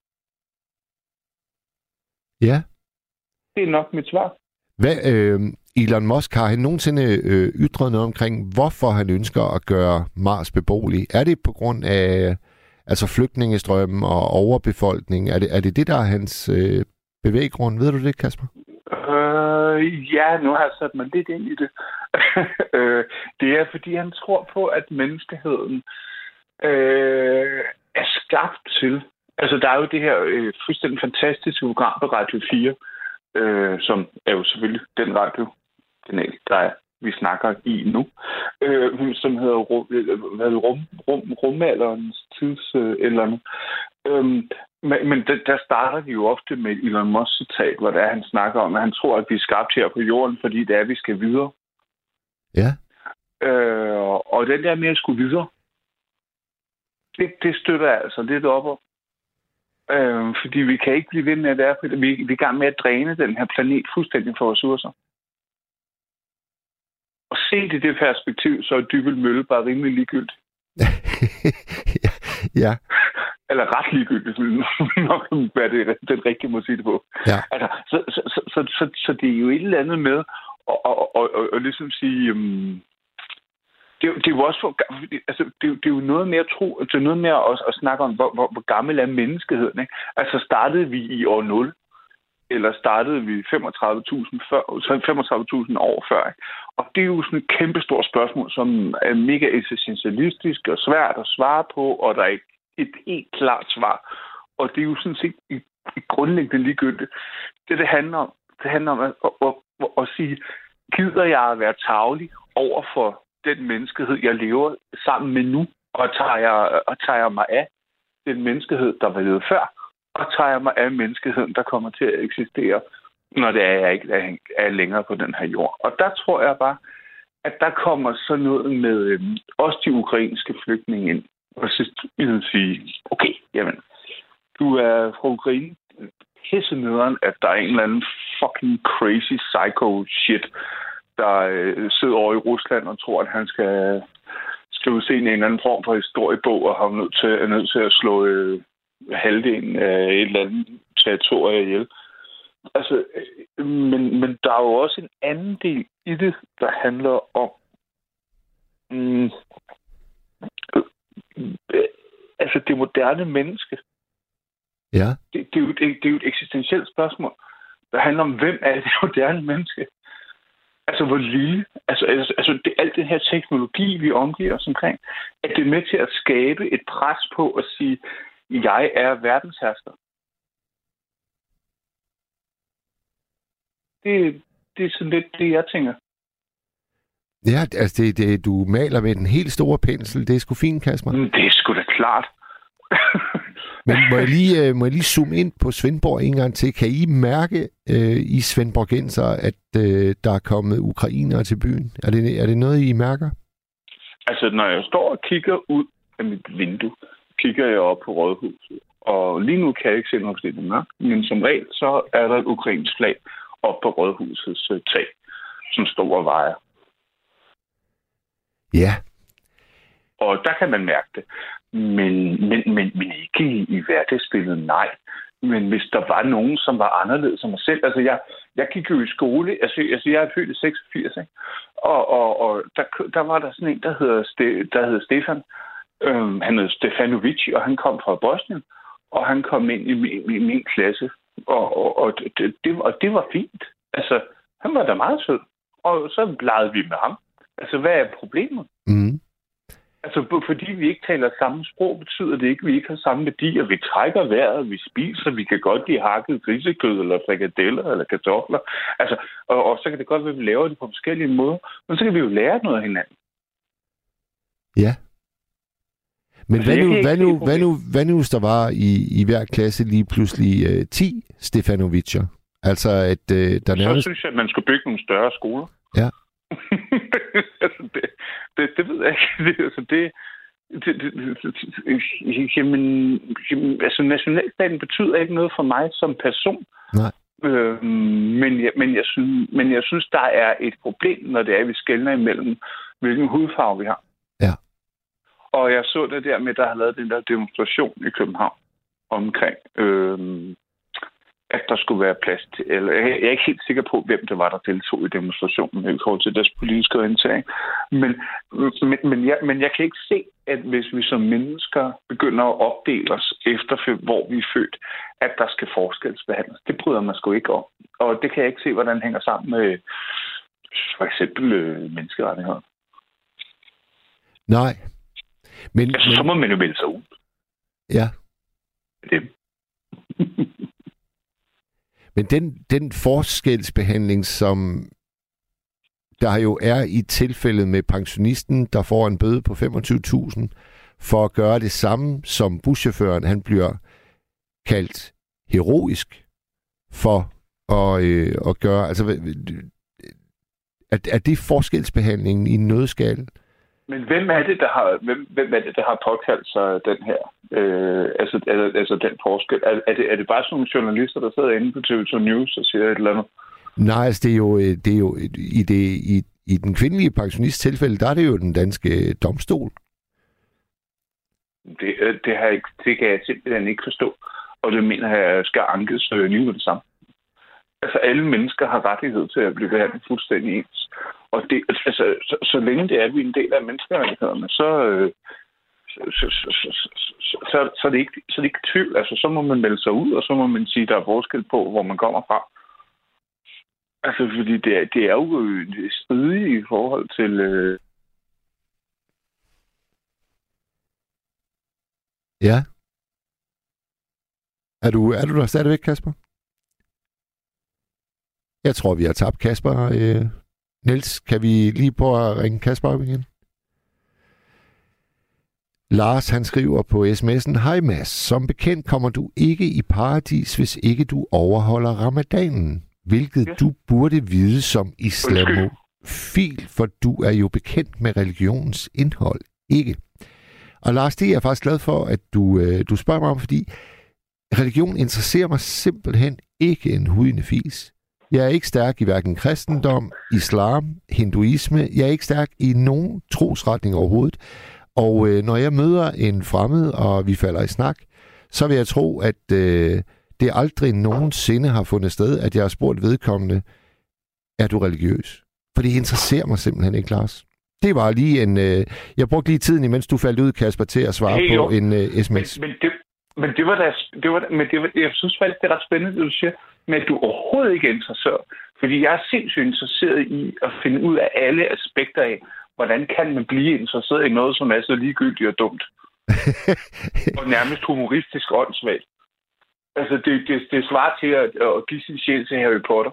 Ja. Det er nok mit svar. Hvad, øh, Elon Musk, har han nogensinde øh, ytret noget omkring, hvorfor han ønsker at gøre Mars beboelig? Er det på grund af altså flygtningestrømmen og overbefolkning? Er det, er det det, der er hans øh, bevæggrund? Ved du det, Kasper? Øh, ja, nu har jeg sat mig lidt ind i det. Det er, fordi han tror på, at menneskeheden øh, er skabt til. Altså, der er jo det her øh, fuldstændig fantastiske program på Radio fire, øh, som er jo selvfølgelig den radiokanal, der er, vi snakker i nu, øh, som hedder rum, rum, rum, rumalderens tids øh, eller andet. Øhm, men men der starter de jo ofte med et Elon Musk-citat, hvor der han snakker om, at han tror, at vi er skabt her på jorden, fordi det er, at vi skal videre. Ja. Øh, og den der med at skulle videre, det, det støtter jeg altså lidt op om. Øh, fordi vi kan ikke blive ved med at være på det. Vi, vi er i gang med at dræne den her planet fuldstændig for ressourcer. Og se det i det perspektiv, så er Dybbøl Mølle bare rimelig ligegyldigt. ja. ja. Eller ret ligegyldigt, nok hvad det den rigtige må sige det på. Ja. Altså, så, så, så, så, så, så det er jo et eller andet med at og, og, og, og ligesom sige, um, det, det er jo også for, altså, det, det er jo noget mere tro, det er noget mere at, at snakke om, hvor, hvor, hvor gammel er menneskeheden, ikke? Altså startede vi i år nul, eller startede vi femogtredive tusind år før, ikke? Og det er jo sådan et kæmpestort spørgsmål, som er mega essentialistisk og svært at svare på, og der er ikke et helt klart svar. Og det er jo sådan set i, i grundlæggende ligegyldigt. Det, det handler om, det handler om at, at, at, at, at sige, gider jeg at være tarvelig over for den menneskehed, jeg lever sammen med nu, og tager jeg, og tager jeg mig af den menneskehed, der var levet før, og tager jeg mig af menneskeheden, der kommer til at eksistere, når det er, jeg ikke er længere på den her jord. Og der tror jeg bare, at der kommer sådan noget med øhm, også de ukrainske flygtninge ind. Og så vil sige, okay, jamen, du er fra Ukraine, pisse nederen, at der er en eller anden fucking crazy psycho shit, der øh, sidder over i Rusland og tror, at han skal skrive sig ind i en eller anden form for historiebog, og har nødt til, er nødt til at slå øh, halvdelen af et eller andet territorie ihjel. Altså, øh, men, men der er jo også en anden del i det, der handler om mm, øh, altså det moderne menneske. Ja. Det, det, er jo, det, det er jo et eksistentielt spørgsmål, der handler om, hvem er det moderne menneske? Altså, hvor lille, altså, altså, altså det, alt den her teknologi, vi omgiver os omkring, at det er med til at skabe et pres på at sige, jeg er verdenshersker. Det, det er sådan lidt det, jeg tænker. Ja, altså, det, det, du maler med den helt store pensel. Det er sgu fint, Kasper. Det er sgu da klart. Men må jeg, lige, må jeg lige zoome ind på Svendborg en gang til? Kan I mærke øh, i Svendborgenser, at øh, der er kommet ukrainere til byen? Er det, er det noget, I mærker? Altså, når jeg står og kigger ud af mit vindue, kigger jeg op på Rådhuset. Og lige nu kan jeg ikke se noget, fordi det er mørkt. Men som regel, så er der et ukrainsk flag op på Rådhusets uh, tag, som står og vejer. Ja. Og der kan man mærke det. Men, men, men, men ikke i, i hverdagsbilledet, nej. Men hvis der var nogen, som var anderledes som mig selv. Altså, jeg, jeg gik jo i skole. Altså, altså jeg er født i seksogfirs, ikke? Og, og, og der, der var der sådan en, der hedder, Ste, der hedder Stefan. Øhm, han hed Stefanovic, og han kom fra Bosnien. Og han kom ind i min, i min klasse. Og, og, og, det, det, og det var fint. Altså, han var da meget sød. Og så legede vi med ham. Altså, hvad er problemet? Mm. Altså, fordi vi ikke taler samme sprog, betyder det ikke, at vi ikke har samme værdier. Vi trækker vejret, vi spiser, vi kan godt lide hakket grisekød, eller frikadeller, eller kartofler. Altså, og, og så kan det godt være, at vi laver det på forskellige måder, men så kan vi jo lære noget af hinanden. Ja. Men altså, hvad, nu, hvad, nu, se hvad, nu, hvad nu, hvis der var i, i hver klasse lige pludselig uh, ti Stefanovitcher? Altså, at uh, der nærmest... Så synes jeg, at man skulle bygge nogle større skoler. Ja. altså, det, det, det ved jeg ikke. Det, altså, det, det, det, det, jamen, jamen, altså, nationalstaten betyder ikke noget for mig som person. Nej. Øh, men, jeg, men, jeg synes, men jeg synes, der er et problem, når det er, at vi skelner imellem, hvilken hudfarve vi har. Ja. Og jeg så det der med, at der har lavet den der demonstration i København omkring, øh, at der skulle være plads til... Eller, jeg er ikke helt sikker på, hvem det var, der deltog i demonstrationen i forhold til deres politiske orientering. Men, men, men, jeg, men jeg kan ikke se, at hvis vi som mennesker begynder at opdele os efter, hvor vi er født, at der skal forskelsbehandles. Det bryder man sgu ikke om. Og det kan jeg ikke se, hvordan det hænger sammen med for eksempel øh, menneskerettigheder. Nej. Men, altså, men... så må man jo melde sig ud. Ja. Det. Men den, den forskelsbehandling, som der jo er i tilfældet med pensionisten, der får en bøde på femogtyve tusind for at gøre det samme som buschaufføren, han bliver kaldt heroisk for at, øh, at gøre. Altså, er, er det forskelsbehandlingen i en nøddeskal? Men hvem er det, der har, hvem, hvem er det, der har påkaldt sig den her, øh, altså, altså den forskel? Er, er, det, er det bare sådan nogle journalister, der sidder inde på T V to News og siger et eller andet? Nej, altså det er jo, det er jo i, det, i, i den kvindelige pensionists tilfælde, der er det jo den danske domstol. Det, det, har jeg, det kan jeg simpelthen ikke forstå, og det mener jeg skal ankes øh, lige med det samme. Altså alle mennesker har rettighed til at blive behandlet fuldstændig ens. Og det, altså, så, så længe det er, at vi er en del af menneskerettighederne, så, øh, så, så, så, så, så, så, er det ikke, så er det ikke tvivl. Altså, så må man melde sig ud, og så må man sige, at der er forskel på, hvor man kommer fra. Altså, fordi det er, det er jo stridigt i forhold til... Øh... Ja. Er du, er du der stadigvæk, Kasper? Jeg tror, vi har tabt Kasper. Øh, Niels, kan vi lige på at ringe Kasper op igen? Lars, han skriver på sms'en: Hej Mads, som bekendt kommer du ikke i paradis, hvis ikke du overholder ramadanen. Hvilket ja. du burde vide som islamofil, for du er jo bekendt med religionens indhold. Ikke? Og Lars, det er jeg faktisk glad for, at du, øh, du spørger mig om, fordi religion interesserer mig simpelthen ikke en hudende fis. Jeg er ikke stærk i hverken kristendom, islam, hinduisme. Jeg er ikke stærk i nogen trosretning overhovedet. Og øh, når jeg møder en fremmed, og vi falder i snak, så vil jeg tro, at øh, det aldrig nogensinde har fundet sted, at jeg har spurgt vedkommende, er du religiøs? For det interesserer mig simpelthen ikke, Lars. Det var lige en... Øh, jeg brugte lige tiden, imens du faldt ud, Kasper, til at svare hey, på en øh, sms. Men, men, det, men det var da... Det var, men det var, jeg synes faktisk, det er ret spændende, det du siger, men at du overhovedet ikke er interesseret. Fordi jeg er sindssygt interesseret i at finde ud af alle aspekter af, hvordan kan man blive interesseret i noget, som er så ligegyldigt og dumt. Og nærmest humoristisk åndssvagt. Altså, det, det, det svarer til at, at give sin sjæl til Harry Potter.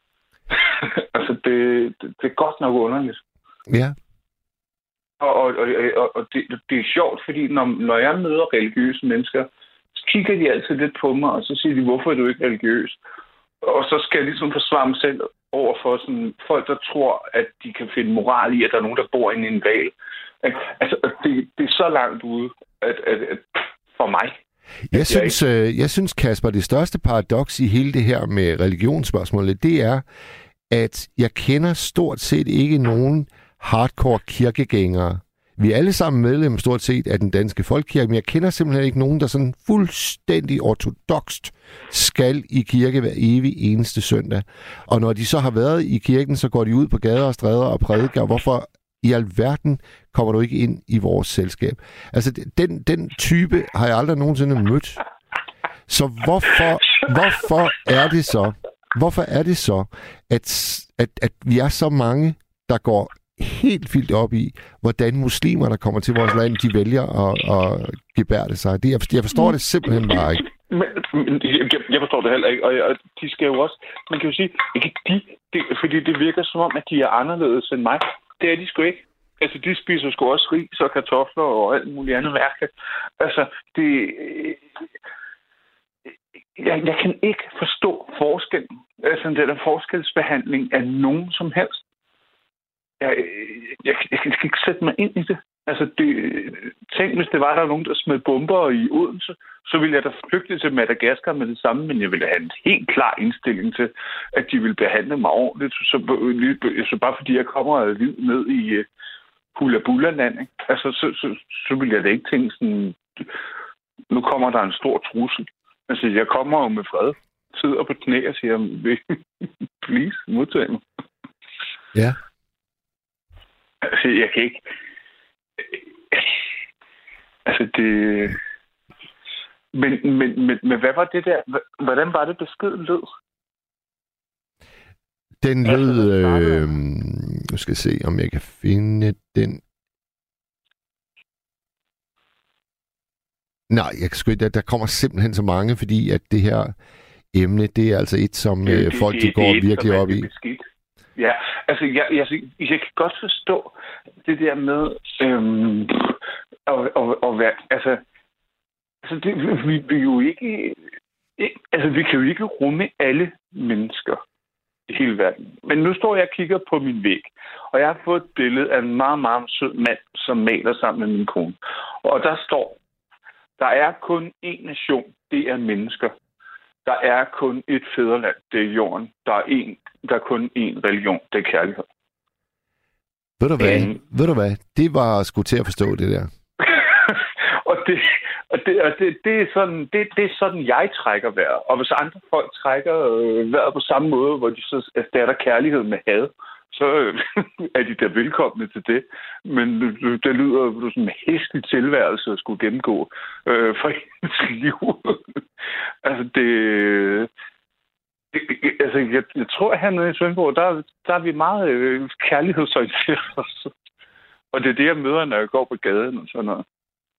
altså, det, det, det er godt nok underligt. Ja. Og, og, og, og det, det er sjovt, fordi når, når jeg møder religiøse mennesker, så kigger de altid lidt på mig, og så siger de, hvorfor er du ikke religiøs? Og så skal jeg ligesom forsvare mig selv over for sådan folk, der tror, at de kan finde moral i, at der er nogen, der bor inde i en val. Altså, det, det er så langt ude at, at, at for mig. Jeg synes, jeg, jeg synes, Kasper, det største paradoks i hele det her med religionsspørgsmålet, det er, at jeg kender stort set ikke nogen hardcore kirkegængere. Vi er alle sammen medlemmer stort set af den danske folkekirke, men jeg kender simpelthen ikke nogen, der sådan fuldstændig ortodokst skal i kirke hver evig eneste søndag. Og når de så har været i kirken, så går de ud på gader og stræder og prædiker. Hvorfor i alverden kommer du ikke ind i vores selskab? Altså, den, den type har jeg aldrig nogensinde mødt. Så hvorfor, hvorfor er det så, hvorfor er det så, at, at, at vi er så mange, der går helt vildt op i, hvordan muslimer, der kommer til vores land, de vælger at, at gebærde sig. Det, jeg, jeg forstår det simpelthen bare ikke. Men, men jeg, jeg forstår det heller ikke, og, jeg, og de skal jo også, man kan jo sige, ikke de, det, fordi det virker som om, at de er anderledes end mig. Det er de sgu ikke. Altså, de spiser sgu også ris og kartofler og alt muligt andet værk. Altså, det... Jeg, jeg kan ikke forstå forskellen. Altså, den der forskelsbehandling af nogen som helst. Jeg, jeg, jeg kan ikke sætte mig ind i det. Altså, det, tænk, hvis det var, der nogen, der smed bomber i Odense, så ville jeg da flygte til Madagaskar med det samme, men jeg ville have en helt klar indstilling til, at de ville behandle mig ordentligt. Så, så bare fordi jeg kommer af liv ned i uh, Hula-Bula-land, ikke? Altså, så, så, så ville jeg da ikke tænke sådan, nu kommer der en stor trussel. Altså, jeg kommer jo med fred, sidder på knæ og siger, please, modtag mig. Ja. Altså, jeg kan ikke... Altså, det... Men, men, men, men hvad var det der? Hvordan var det, beskeden lød? Den lød... Øh, nu skal jeg se, om jeg kan finde den. Nej, jeg kan sgu ikke, der kommer simpelthen så mange, fordi at det her emne, det er altså et, som det, det, folk de det, går det virkelig op i. Beskidt. Ja, altså jeg, jeg, jeg kan godt forstå det der med øhm, at, at, at være, altså, altså det, vi, vi jo ikke, ikke, altså vi kan jo ikke rumme alle mennesker i hele verden. Men nu står jeg og kigger på min væg, og jeg har fået et billede af en meget, meget sød mand, som maler sammen med min kone. Og der står, der er kun én nation, det er mennesker. Der er kun et fædreland, det er jorden. Der er, en, der er kun én religion, det er kærlighed. Ved du hvad? Um, Ved du hvad? Det var sgu til at forstå det der. og det, og det, og det, det, er sådan, det, det er sådan, jeg trækker vejret. Og hvis andre folk trækker øh, vejret på samme måde, hvor de så erstatter kærlighed med had, så øh, er de da velkomne til det. Men det lyder som sådan en hæslig tilværelse at skulle gennemgå øh, for hendes liv. altså, det... det altså, jeg, jeg tror, at hernede i Svendborg, der, der er vi meget øh, kærlighedsorienteret. Og det er det, jeg møder, når jeg går på gaden og sådan noget.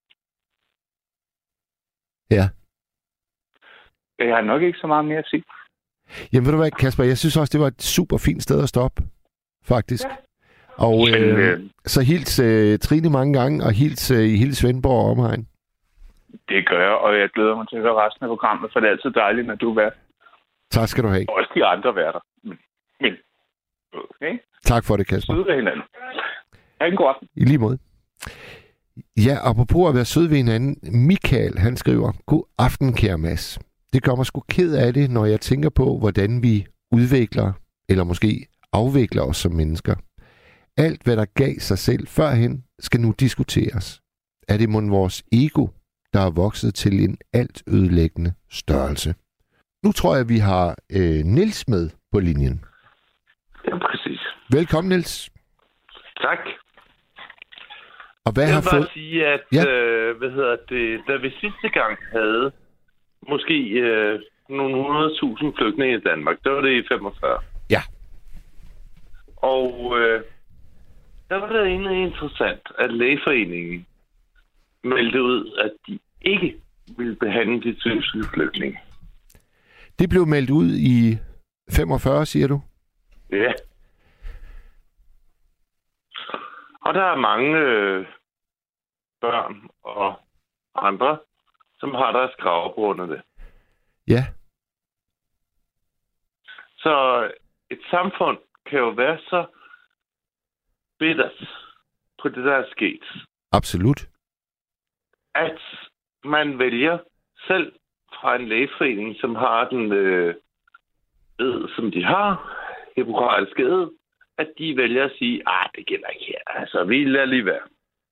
Ja. Jeg har nok ikke så meget mere at sige. Jamen ved du hvad, Kasper, jeg synes også, det var et super fint sted at stoppe, faktisk. Ja. Og øh, øh, så hils øh, Trine mange gange, og hils øh, i hele Svendborg og omegn. Det gør jeg, og jeg glæder mig til at høre resten af programmet, for det er altid dejligt, når du er vært. Tak skal du have. Og også de andre værter. Men, okay. Tak for det, Kasper. Søde ved hinanden. Ha' en god aften. I lige måde. Ja, apropos at være sød ved hinanden. Michael, han skriver, god aften, kære Mads. Det gør mig sgu ked af det, når jeg tænker på, hvordan vi udvikler, eller måske afvikler os som mennesker. Alt, hvad der gav sig selv førhen, skal nu diskuteres. Er det mon vores ego, der er vokset til en alt ødelæggende størrelse? Nu tror jeg, vi har øh, Niels med på linjen. Ja, præcis. Velkommen, Niels. Tak. Og hvad jeg har vil bare fået... sige, at ja. øh, hvad hedder det, da vi sidste gang havde måske øh, nogle hundrede tusind flygtninge i Danmark, der var det i femogfyrre. Ja. Og øh, der var det egentlig interessant, at Lægeforeningen meldte ud, at de ikke ville behandle de tyske flygtninge. Det blev meldt ud i femogfyrre, siger du? Ja. Og der er mange øh, børn og andre, som har deres krav på grund af det. Ja. Så et samfund kan jo være så bittert på det, der er sket. Absolut. At man vælger selv fra en lægeforening, som har den øh, ed, som de har, hippokratisk ed, at de vælger at sige, ah, det gælder ikke her. Altså, vi lader lige være.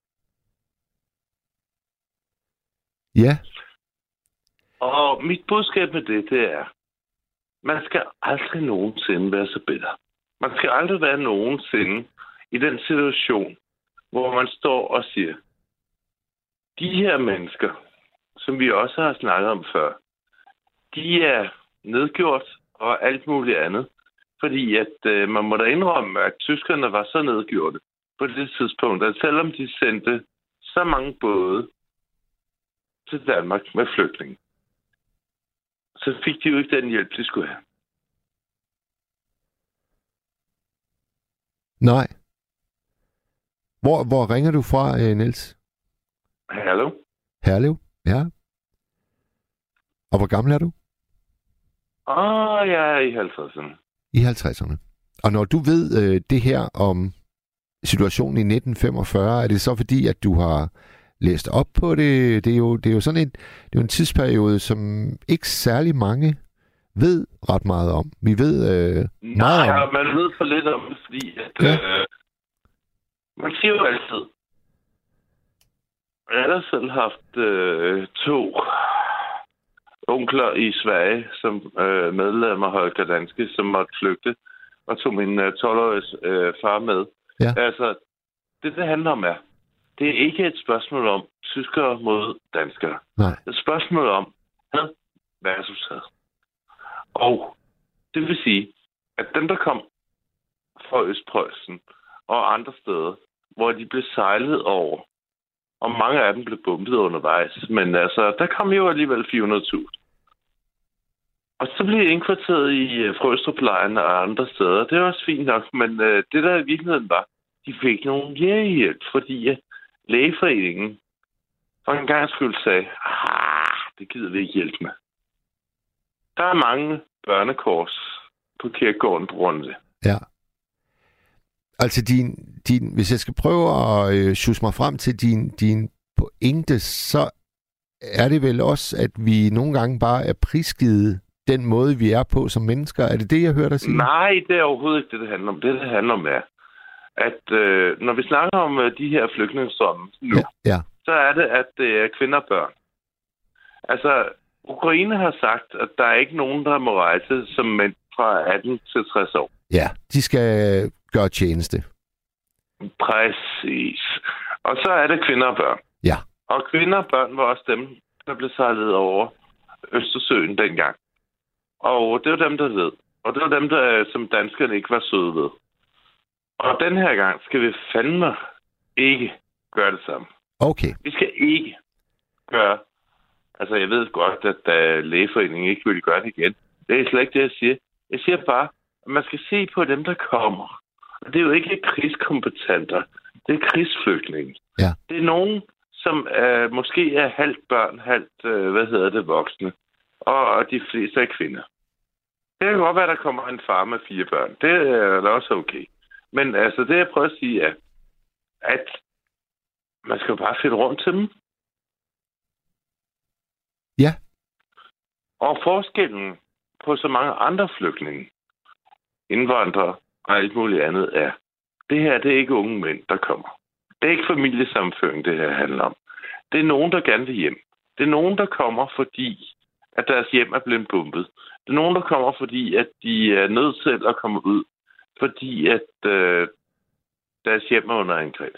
Ja. Og mit budskab med det, det er, man skal aldrig nogensinde være så bitter. Man skal aldrig være nogensinde i den situation, hvor man står og siger, de her mennesker, som vi også har snakket om før, de er nedgjort og alt muligt andet. Fordi at øh, man må da indrømme, at tyskerne var så nedgjorte, på det tidspunkt, at selvom de sendte så mange både til Danmark med flygtninge, så fik de jo ikke den hjælp, de skulle have. Nej. Hvor, hvor ringer du fra, Niels? Hallo? Herlev? Ja. Og hvor gammel er du? Åh, jeg er i halvtredserne. I halvtredserne. Og når du ved øh, det her om situationen i nitten femogfyrre, er det så fordi, at du har læst op på det? Det er jo, det er jo sådan en, det er jo en tidsperiode, som ikke særlig mange ved ret meget om. Vi ved øh, meget Nej, om... man ved for lidt om det, fordi at, Ja. øh, man siger jo altid, jeg har selv haft øh, to onkler i Sverige, som øh, medlemmer af Holger Danske, som måtte flygte, og tog min øh, tolv-årige øh, far med. Ja. Altså, det det handler om er, det er ikke et spørgsmål om tyskere mod danskere. Nej. Det er et spørgsmål om had versus had. Og det vil sige, at dem, der kom fra Østpreussen og andre steder, hvor de blev sejlet over, og mange af dem blev bombet undervejs, men altså, der kom jo alligevel fire hundrede tusind. Og så blev jeg indkvarteret i uh, Frøstruplejren og andre steder. Det var også fint nok, men uh, det der i virkeligheden var, de fik nogen hjælp, fordi uh, lægeforeningen for en gang skyld sagde, ah, det gider vi ikke hjælpe med. Der er mange børnekors på kirkegården på grund af det. Ja. Altså, din, din, hvis jeg skal prøve at øh, sjusse mig frem til din, din pointe, så er det vel også, at vi nogle gange bare er prisgivet den måde, vi er på som mennesker. Er det det, jeg hørte dig sige? Nej, det er overhovedet ikke det, det handler om. Det, det handler om, er, at øh, når vi snakker om øh, de her flygtningestrømme nu, Ja, ja. så er det, at det er kvinder og børn. Altså, Ukraine har sagt, at der er ikke nogen, der må rejse som mænd fra atten til tres år. Ja, de skal gøre tjeneste. Præcis. Og så er det kvinder og børn. Ja. Og kvinder og børn var også dem, der blev sejlet over Østersøen dengang. Og det var dem, der ved. Og det var dem, der, som danskerne ikke var søde ved. Og den her gang skal vi fandme ikke gøre det samme. Okay. Vi skal ikke gøre... Altså, jeg ved godt, at uh, lægeforeningen ikke vil gøre det igen. Det er slet ikke det, jeg siger. Jeg siger bare, at man skal se på dem, der kommer. Og det er jo ikke krigskompetenter. Det er krigsflygtninge. Ja. Det er nogen, som uh, måske er halvt børn, halvt, uh, hvad hedder det, voksne. Og, og de fleste er kvinder. Det kan godt være, at der kommer en far med fire børn. Det er da også okay. Men altså, det jeg prøver at sige er, at man skal jo bare finde rum til dem. Ja. Og forskellen på så mange andre flygtninge, indvandrere og alt muligt andet er, det her, det er ikke unge mænd, der kommer. Det er ikke familiesammenføring, det her handler om. Det er nogen, der gerne vil hjem. Det er nogen, der kommer, fordi at deres hjem er blevet bombet. Det er nogen, der kommer, fordi at de er nødt til at komme ud, fordi at øh, deres hjem er under angreb.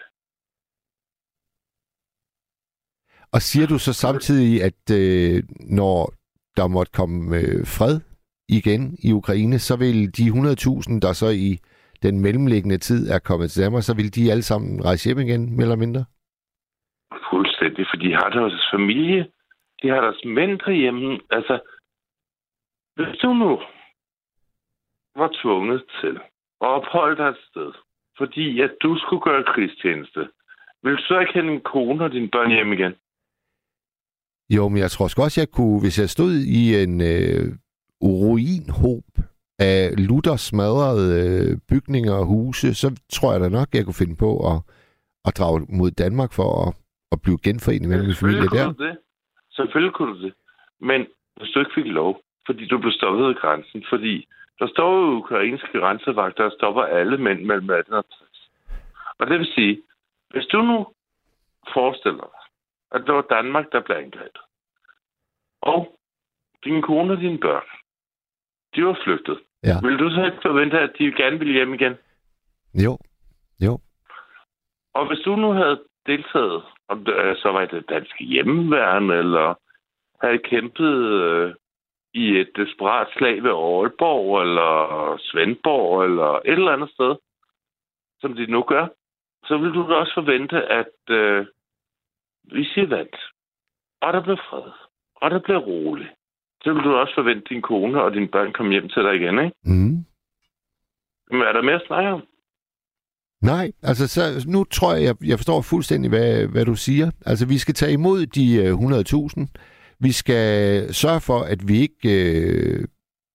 Og siger du så samtidig, at øh, når der måtte komme øh, fred igen i Ukraine, så vil de hundrede tusind, der så i den mellemliggende tid er kommet til Danmark, så vil de alle sammen rejse hjem igen, mere eller mindre? Fuldstændig, for de har deres familie, de har deres mænd derhjemme. Altså, hvis du nu var tvunget til at opholde dig et sted, fordi at du skulle gøre krigstjeneste, vil du så ikke have din kone og dine børn hjem igen? Jo, men jeg tror også, jeg kunne, hvis jeg stod i en øh, ruinhob af lutter smadrede øh, bygninger og huse, så tror jeg da nok, jeg kunne finde på at, at drage mod Danmark for at, at blive genforenet med min familie der. Kunne det. Selvfølgelig kunne du det. Men hvis du ikke fik lov, fordi du blev stoppet ved grænsen, fordi der står jo ukrainske grænsevagter, der stopper alle mænd mellem atten og tres. Og det vil sige, hvis du nu forestiller dig, at det var Danmark, der blev angrebet, og din kone og dine børn, de var flygtet. Ja. Vil du så ikke forvente, at de gerne ville hjem igen? Jo, jo. Og hvis du nu havde deltaget, om det så var det danske hjemmeværn, eller havde kæmpet øh, i et desperat slag ved Aalborg, eller Svendborg, eller et eller andet sted, som de nu gør, så vil du da også forvente, at øh, vi siger vandt. Og der bliver fred. Og der bliver roligt. Så vil du også forvente, at din kone og dine børn kommer hjem til dig igen, ikke? Mm. Men er der mere at snakke om? Nej, altså så, nu tror jeg, jeg forstår fuldstændig, hvad, hvad du siger. Altså, vi skal tage imod de uh, hundrede tusind. Vi skal sørge for, at vi ikke øh,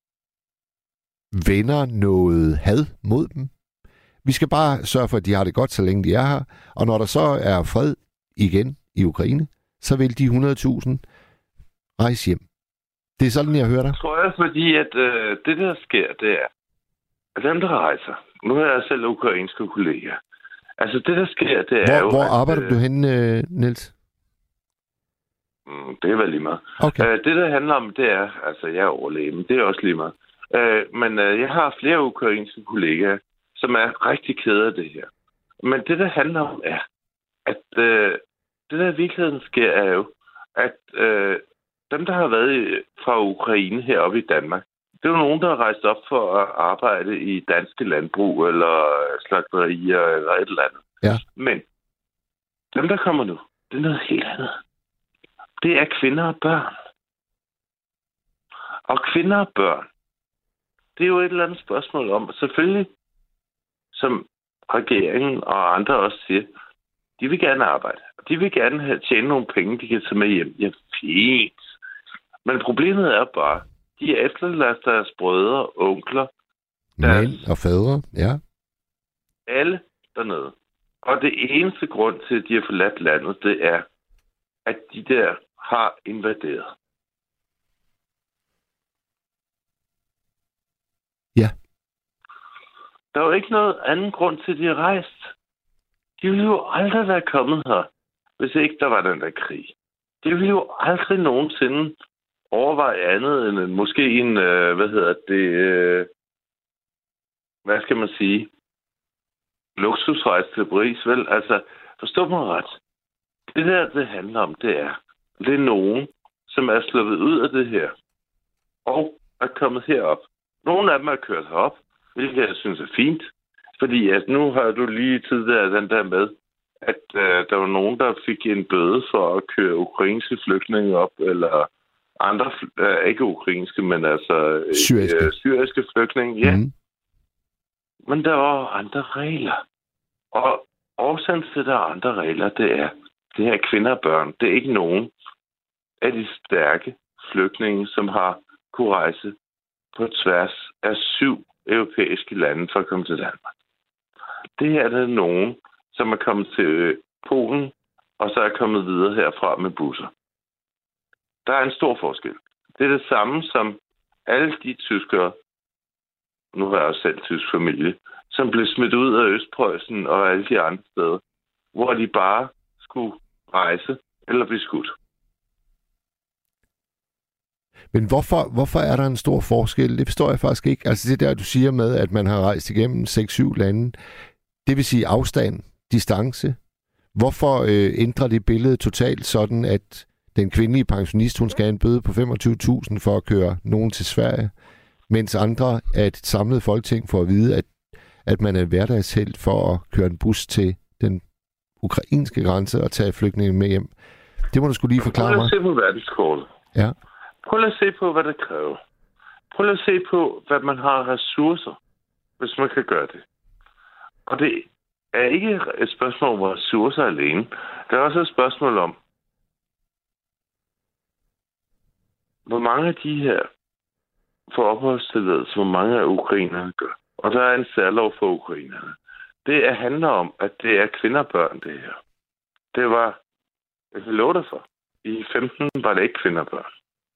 vender noget had mod dem. Vi skal bare sørge for, at de har det godt, så længe de er her. Og når der så er fred igen i Ukraine, så vil de hundrede tusind rejse hjem. Det er sådan, jeg hører dig. Jeg tror jeg, fordi at øh, det, der sker, det er, at dem, der rejser, nu har jeg selv ukrainske kolleger. Altså, det, der sker, det er hvor, jo... Hvor at, arbejder øh, du henne, Niels? Mm, det er vel lige meget. Okay. Øh, det, der handler om, det er... Altså, jeg er overlæge, men det er også lige meget. Øh, men øh, jeg har flere ukrainske kolleger, som er rigtig kede af det her. Men det, der handler om, er, at øh, det, der i virkeligheden sker, er jo, at øh, dem, der har været i, fra Ukraine heroppe i Danmark, det er jo nogen, der har rejst op for at arbejde i danske landbrug, eller slagterier, eller et eller andet. Ja. Men dem, der kommer nu, det er noget helt andet. Det er kvinder og børn. Og kvinder og børn, det er jo et eller andet spørgsmål om, selvfølgelig, som regeringen og andre også siger, de vil gerne arbejde. De vil gerne have tjene nogle penge, de kan tage med hjem. Ja, fint. Men problemet er bare, de er efterladt deres brødre, onkler, deres, mænd og fædre, ja. alle dernede. Og det eneste grund til, at de har forladt landet, det er, at de der har invaderet. Ja. Der er jo ikke noget anden grund til, at de har rejst. De ville jo aldrig være kommet her, hvis ikke der var den der krig. De ville jo aldrig nogensinde overveje andet end måske en, øh, hvad hedder det, øh, hvad skal man sige, luksusrejse til Paris, vel? Altså, forstå mig ret. Det der, det handler om, det er, det er nogen, som er sluppet ud af det her, og er kommet herop. Nogle af dem er kørt herop, hvilket jeg synes er fint, fordi at nu har du lige tidligere den der med, at øh, der var nogen, der fik en bøde for at køre ukrainske flygtninge op, eller andre, øh, ikke ukrainske, men altså syriske, øh, syriske flygtninge, ja. Mm. Men der var andre regler. Og årsagen til, at der er andre regler, det er, det her kvinder og børn. Det er ikke nogen af de stærke flygtninge, som har kunne rejse på tværs af syv europæiske lande for at komme til Danmark. Det her det er nogen, som er kommet til Polen, og så er kommet videre herfra med busser. Der er en stor forskel. Det er det samme som alle de tyskere, nu har jeg også selv tysk familie, som blev smidt ud af Østpreussen og alle de andre steder, hvor de bare skulle rejse eller blive skudt. Men hvorfor, hvorfor er der en stor forskel? Det forstår jeg faktisk ikke. Altså det der, du siger med, at man har rejst igennem seks syv lande, det vil sige afstand, distance. Hvorfor øh, ændrer det billede totalt sådan, at den kvindelige pensionist, hun skal have en bøde på femogtyve tusind for at køre nogen til Sverige, mens andre af et samlet folketing får at vide, at, at man er hverdagshelt for at køre en bus til den ukrainske grænse og tage flygtninge med hjem. Det må du skulle lige forklare mig. Prøv at se på verdenskortet. Ja. Prøv at se på, hvad det kræver. Prøv at se på, hvad man har ressourcer, hvis man kan gøre det. Og det er ikke et spørgsmål om ressourcer alene. Det er også et spørgsmål om, hvor mange af de her får opholdstilladelse, hvor mange af ukrainerne gør. Og der er en særlov for ukrainerne. Det handler om, at det er kvinder og børn, det her. Det var, jeg kan love dig for, i femten var det ikke kvinder og børn.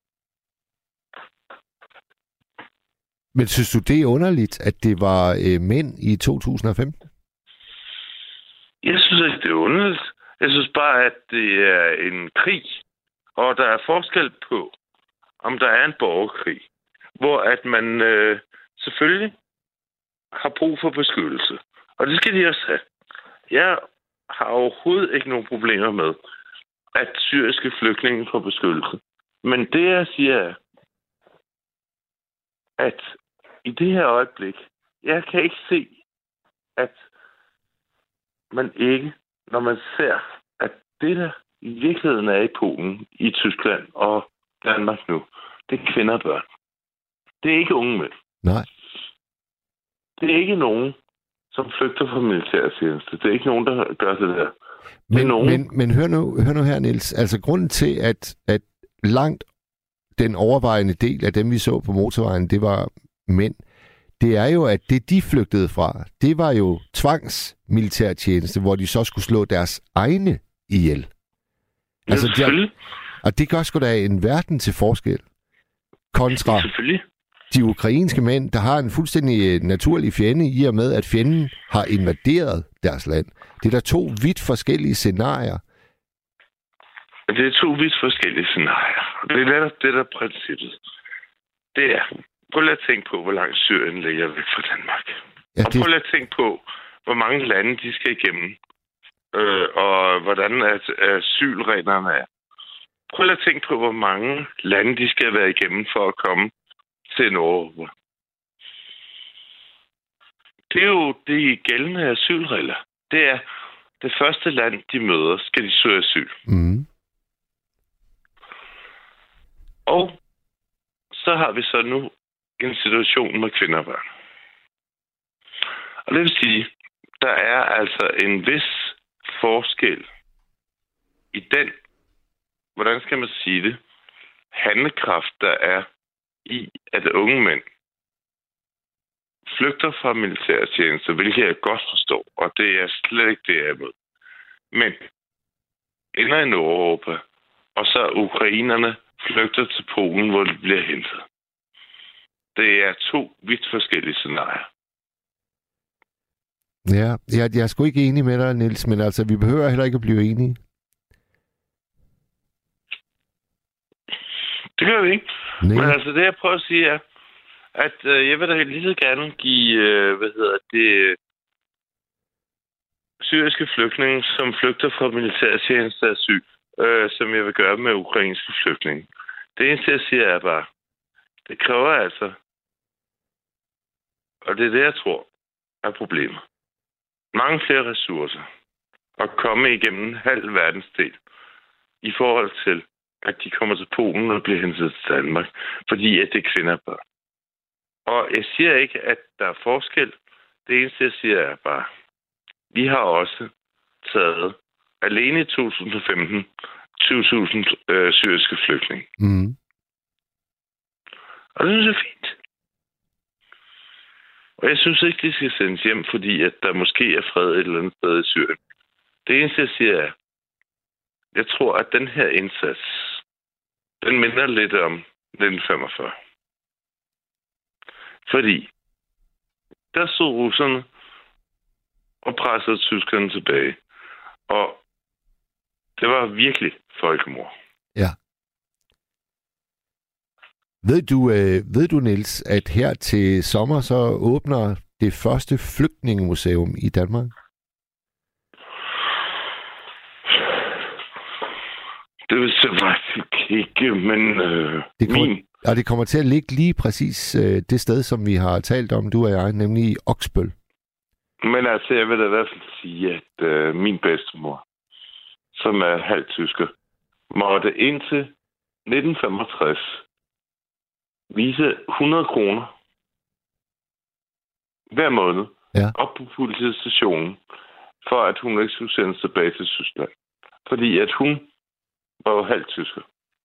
Men synes du, det er underligt, at det var øh, mænd i to tusind og femten? Jeg synes ikke, det er underligt. Jeg synes bare, at det er en krig, og der er forskel på, om der er en borgerkrig, hvor at man øh, selvfølgelig har brug for beskyttelse. Og det skal de også have. Jeg har overhovedet ikke nogen problemer med, at syriske flygtninge får beskyttelse. Men det, jeg siger, er, at i det her øjeblik, jeg kan ikke se, at man ikke, når man ser, at det, der i virkeligheden er i Polen, i Tyskland og Danmark nu, det er kvinder og børn. Det er ikke unge mænd. Nej. Det er ikke nogen, som flygter fra militærtjeneste. Det er ikke nogen, der gør det der. Det Men, nogen... men, men hør, nu, hør nu her, Niels. Altså, grunden til, at, at langt den overvejende del af dem, vi så på motorvejen, det var mænd, det er jo, at det, de flygtede fra, det var jo tvangsmilitærtjeneste, hvor de så skulle slå deres egne ihjel. Altså, de, og det gør sgu da en verden til forskel. Kontra de ukrainske mænd, der har en fuldstændig naturlig fjende i og med, at fjenden har invaderet deres land. Det er der to vidt forskellige scenarier. Det er to vidt forskellige scenarier. Det er netop det, der er princippet. Det er, prøv lige at tænke på, hvor langt Syrien ligger væk fra Danmark. Ja, det... Og prøv lige at tænke på, hvor mange lande de skal igennem. Øh, og hvordan at asylreglerne er. Prøv lige at tænke på, hvor mange lande de skal være igennem for at komme til Nordeuropa. Det er jo de gældende asylregler. Det er det første land, de møder, skal de søge asyl. Mm. Og så har vi så nu en situation med kvinder og børn. Og det vil sige, der er altså en vis forskel i den, hvordan skal man sige det, handlekraft, der er i, at unge mænd flygter fra militærtjeneste, hvilket jeg godt forstår, og det er slet ikke det, jeg er imod. Men ender i Nordeuropa, og så ukrainerne flygter til Polen, hvor de bliver hentet. Det er to vidt forskellige scenarier. Ja, jeg, jeg er sgu ikke enig med dig, Niels, men altså, vi behøver heller ikke at blive enige. Det gør vi ikke. Nej. Men altså, det jeg prøver at sige er, at øh, jeg vil da lige så gerne give, øh, hvad hedder det, syriske flygtninge, som flygter fra militærtjeneste asyl, øh, som jeg vil gøre med ukrainske flygtninge. Det eneste, jeg siger, er bare, det kræver altså, og det er det, jeg tror, er problemet. Mange flere ressourcer at komme igennem en halv verdensdel i forhold til, at de kommer til Polen og bliver hentet til Danmark, fordi at det er kvinder og børn. Og jeg siger ikke, at der er forskel. Det eneste, jeg siger, er bare, vi har også taget alene i to tusind og femten tyve tusind øh, syriske flygtninge. Mm. Og det synes jeg er fint. Og jeg synes ikke, de skal sendes hjem, fordi at der måske er fred et eller andet sted i Syrien. Det eneste, jeg siger, er, jeg tror, at den her indsats, den minder lidt om nitten femogfyrre. Fordi der stod russerne og pressede tyskerne tilbage. Og det var virkelig folkemord. Ja. Ved du, øh, ved du, Niels, at her til sommer så åbner det første flygtningemuseum i Danmark? Det vil jeg faktisk ikke, men øh, det kommer, min... Og det kommer til at ligge lige præcis øh, det sted, som vi har talt om, du og jeg, nemlig i Oksbøl. Men altså, jeg vil da i hvert fald sige, at øh, min bedstemor, som er halvt tysker, måtte indtil nitten femogtres vise hundrede kroner hver måned ja. op på politistationen, for at hun ikke skulle sendes tilbage til Tyskland. Fordi at hun var jo halvt tysker.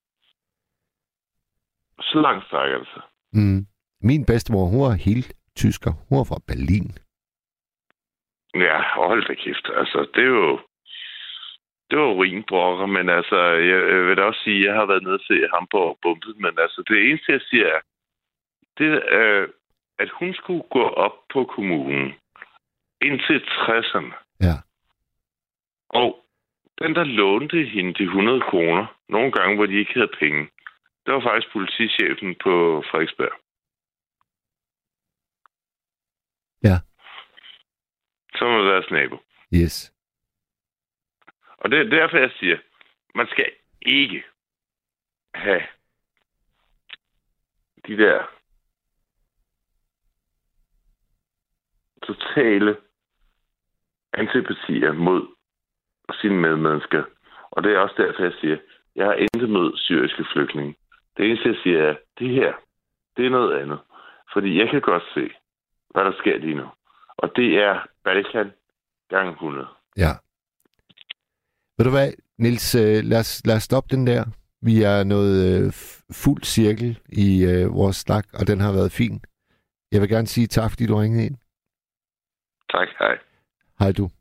Så langt strækker det sig. Mm. Min bedstemor, hun var helt tysker. Hun var fra Berlin. Ja, hold da kæft. Altså, det er jo... Det var urinbrokker, men altså, jeg vil da også sige, at jeg har været nede til Hamburg og bumpet, men altså, det eneste, jeg siger, er, det, øh, at hun skulle gå op på kommunen indtil tresserne. Ja. Og den, der lånte hende de hundrede kroner, nogle gange, hvor de ikke havde penge, det var faktisk politichefen på Frederiksberg. Ja. Som var deres nabo. Yes. Og det er derfor, jeg siger, man skal ikke have de der totale antipatier mod sine medmennesker. Og det er også derfor, jeg siger, jeg har intet mod syriske flygtninge. Det eneste, jeg siger, er, det her, det er noget andet. Fordi jeg kan godt se, hvad der sker lige nu. Og det er Balkan gang hundrede. Ja. Ved du hvad, Niels, lad os, lad os stoppe den der. Vi er nået øh, fuld cirkel i øh, vores snak, og den har været fin. Jeg vil gerne sige tak, fordi du ringede ind. Tak, hej. Hej du.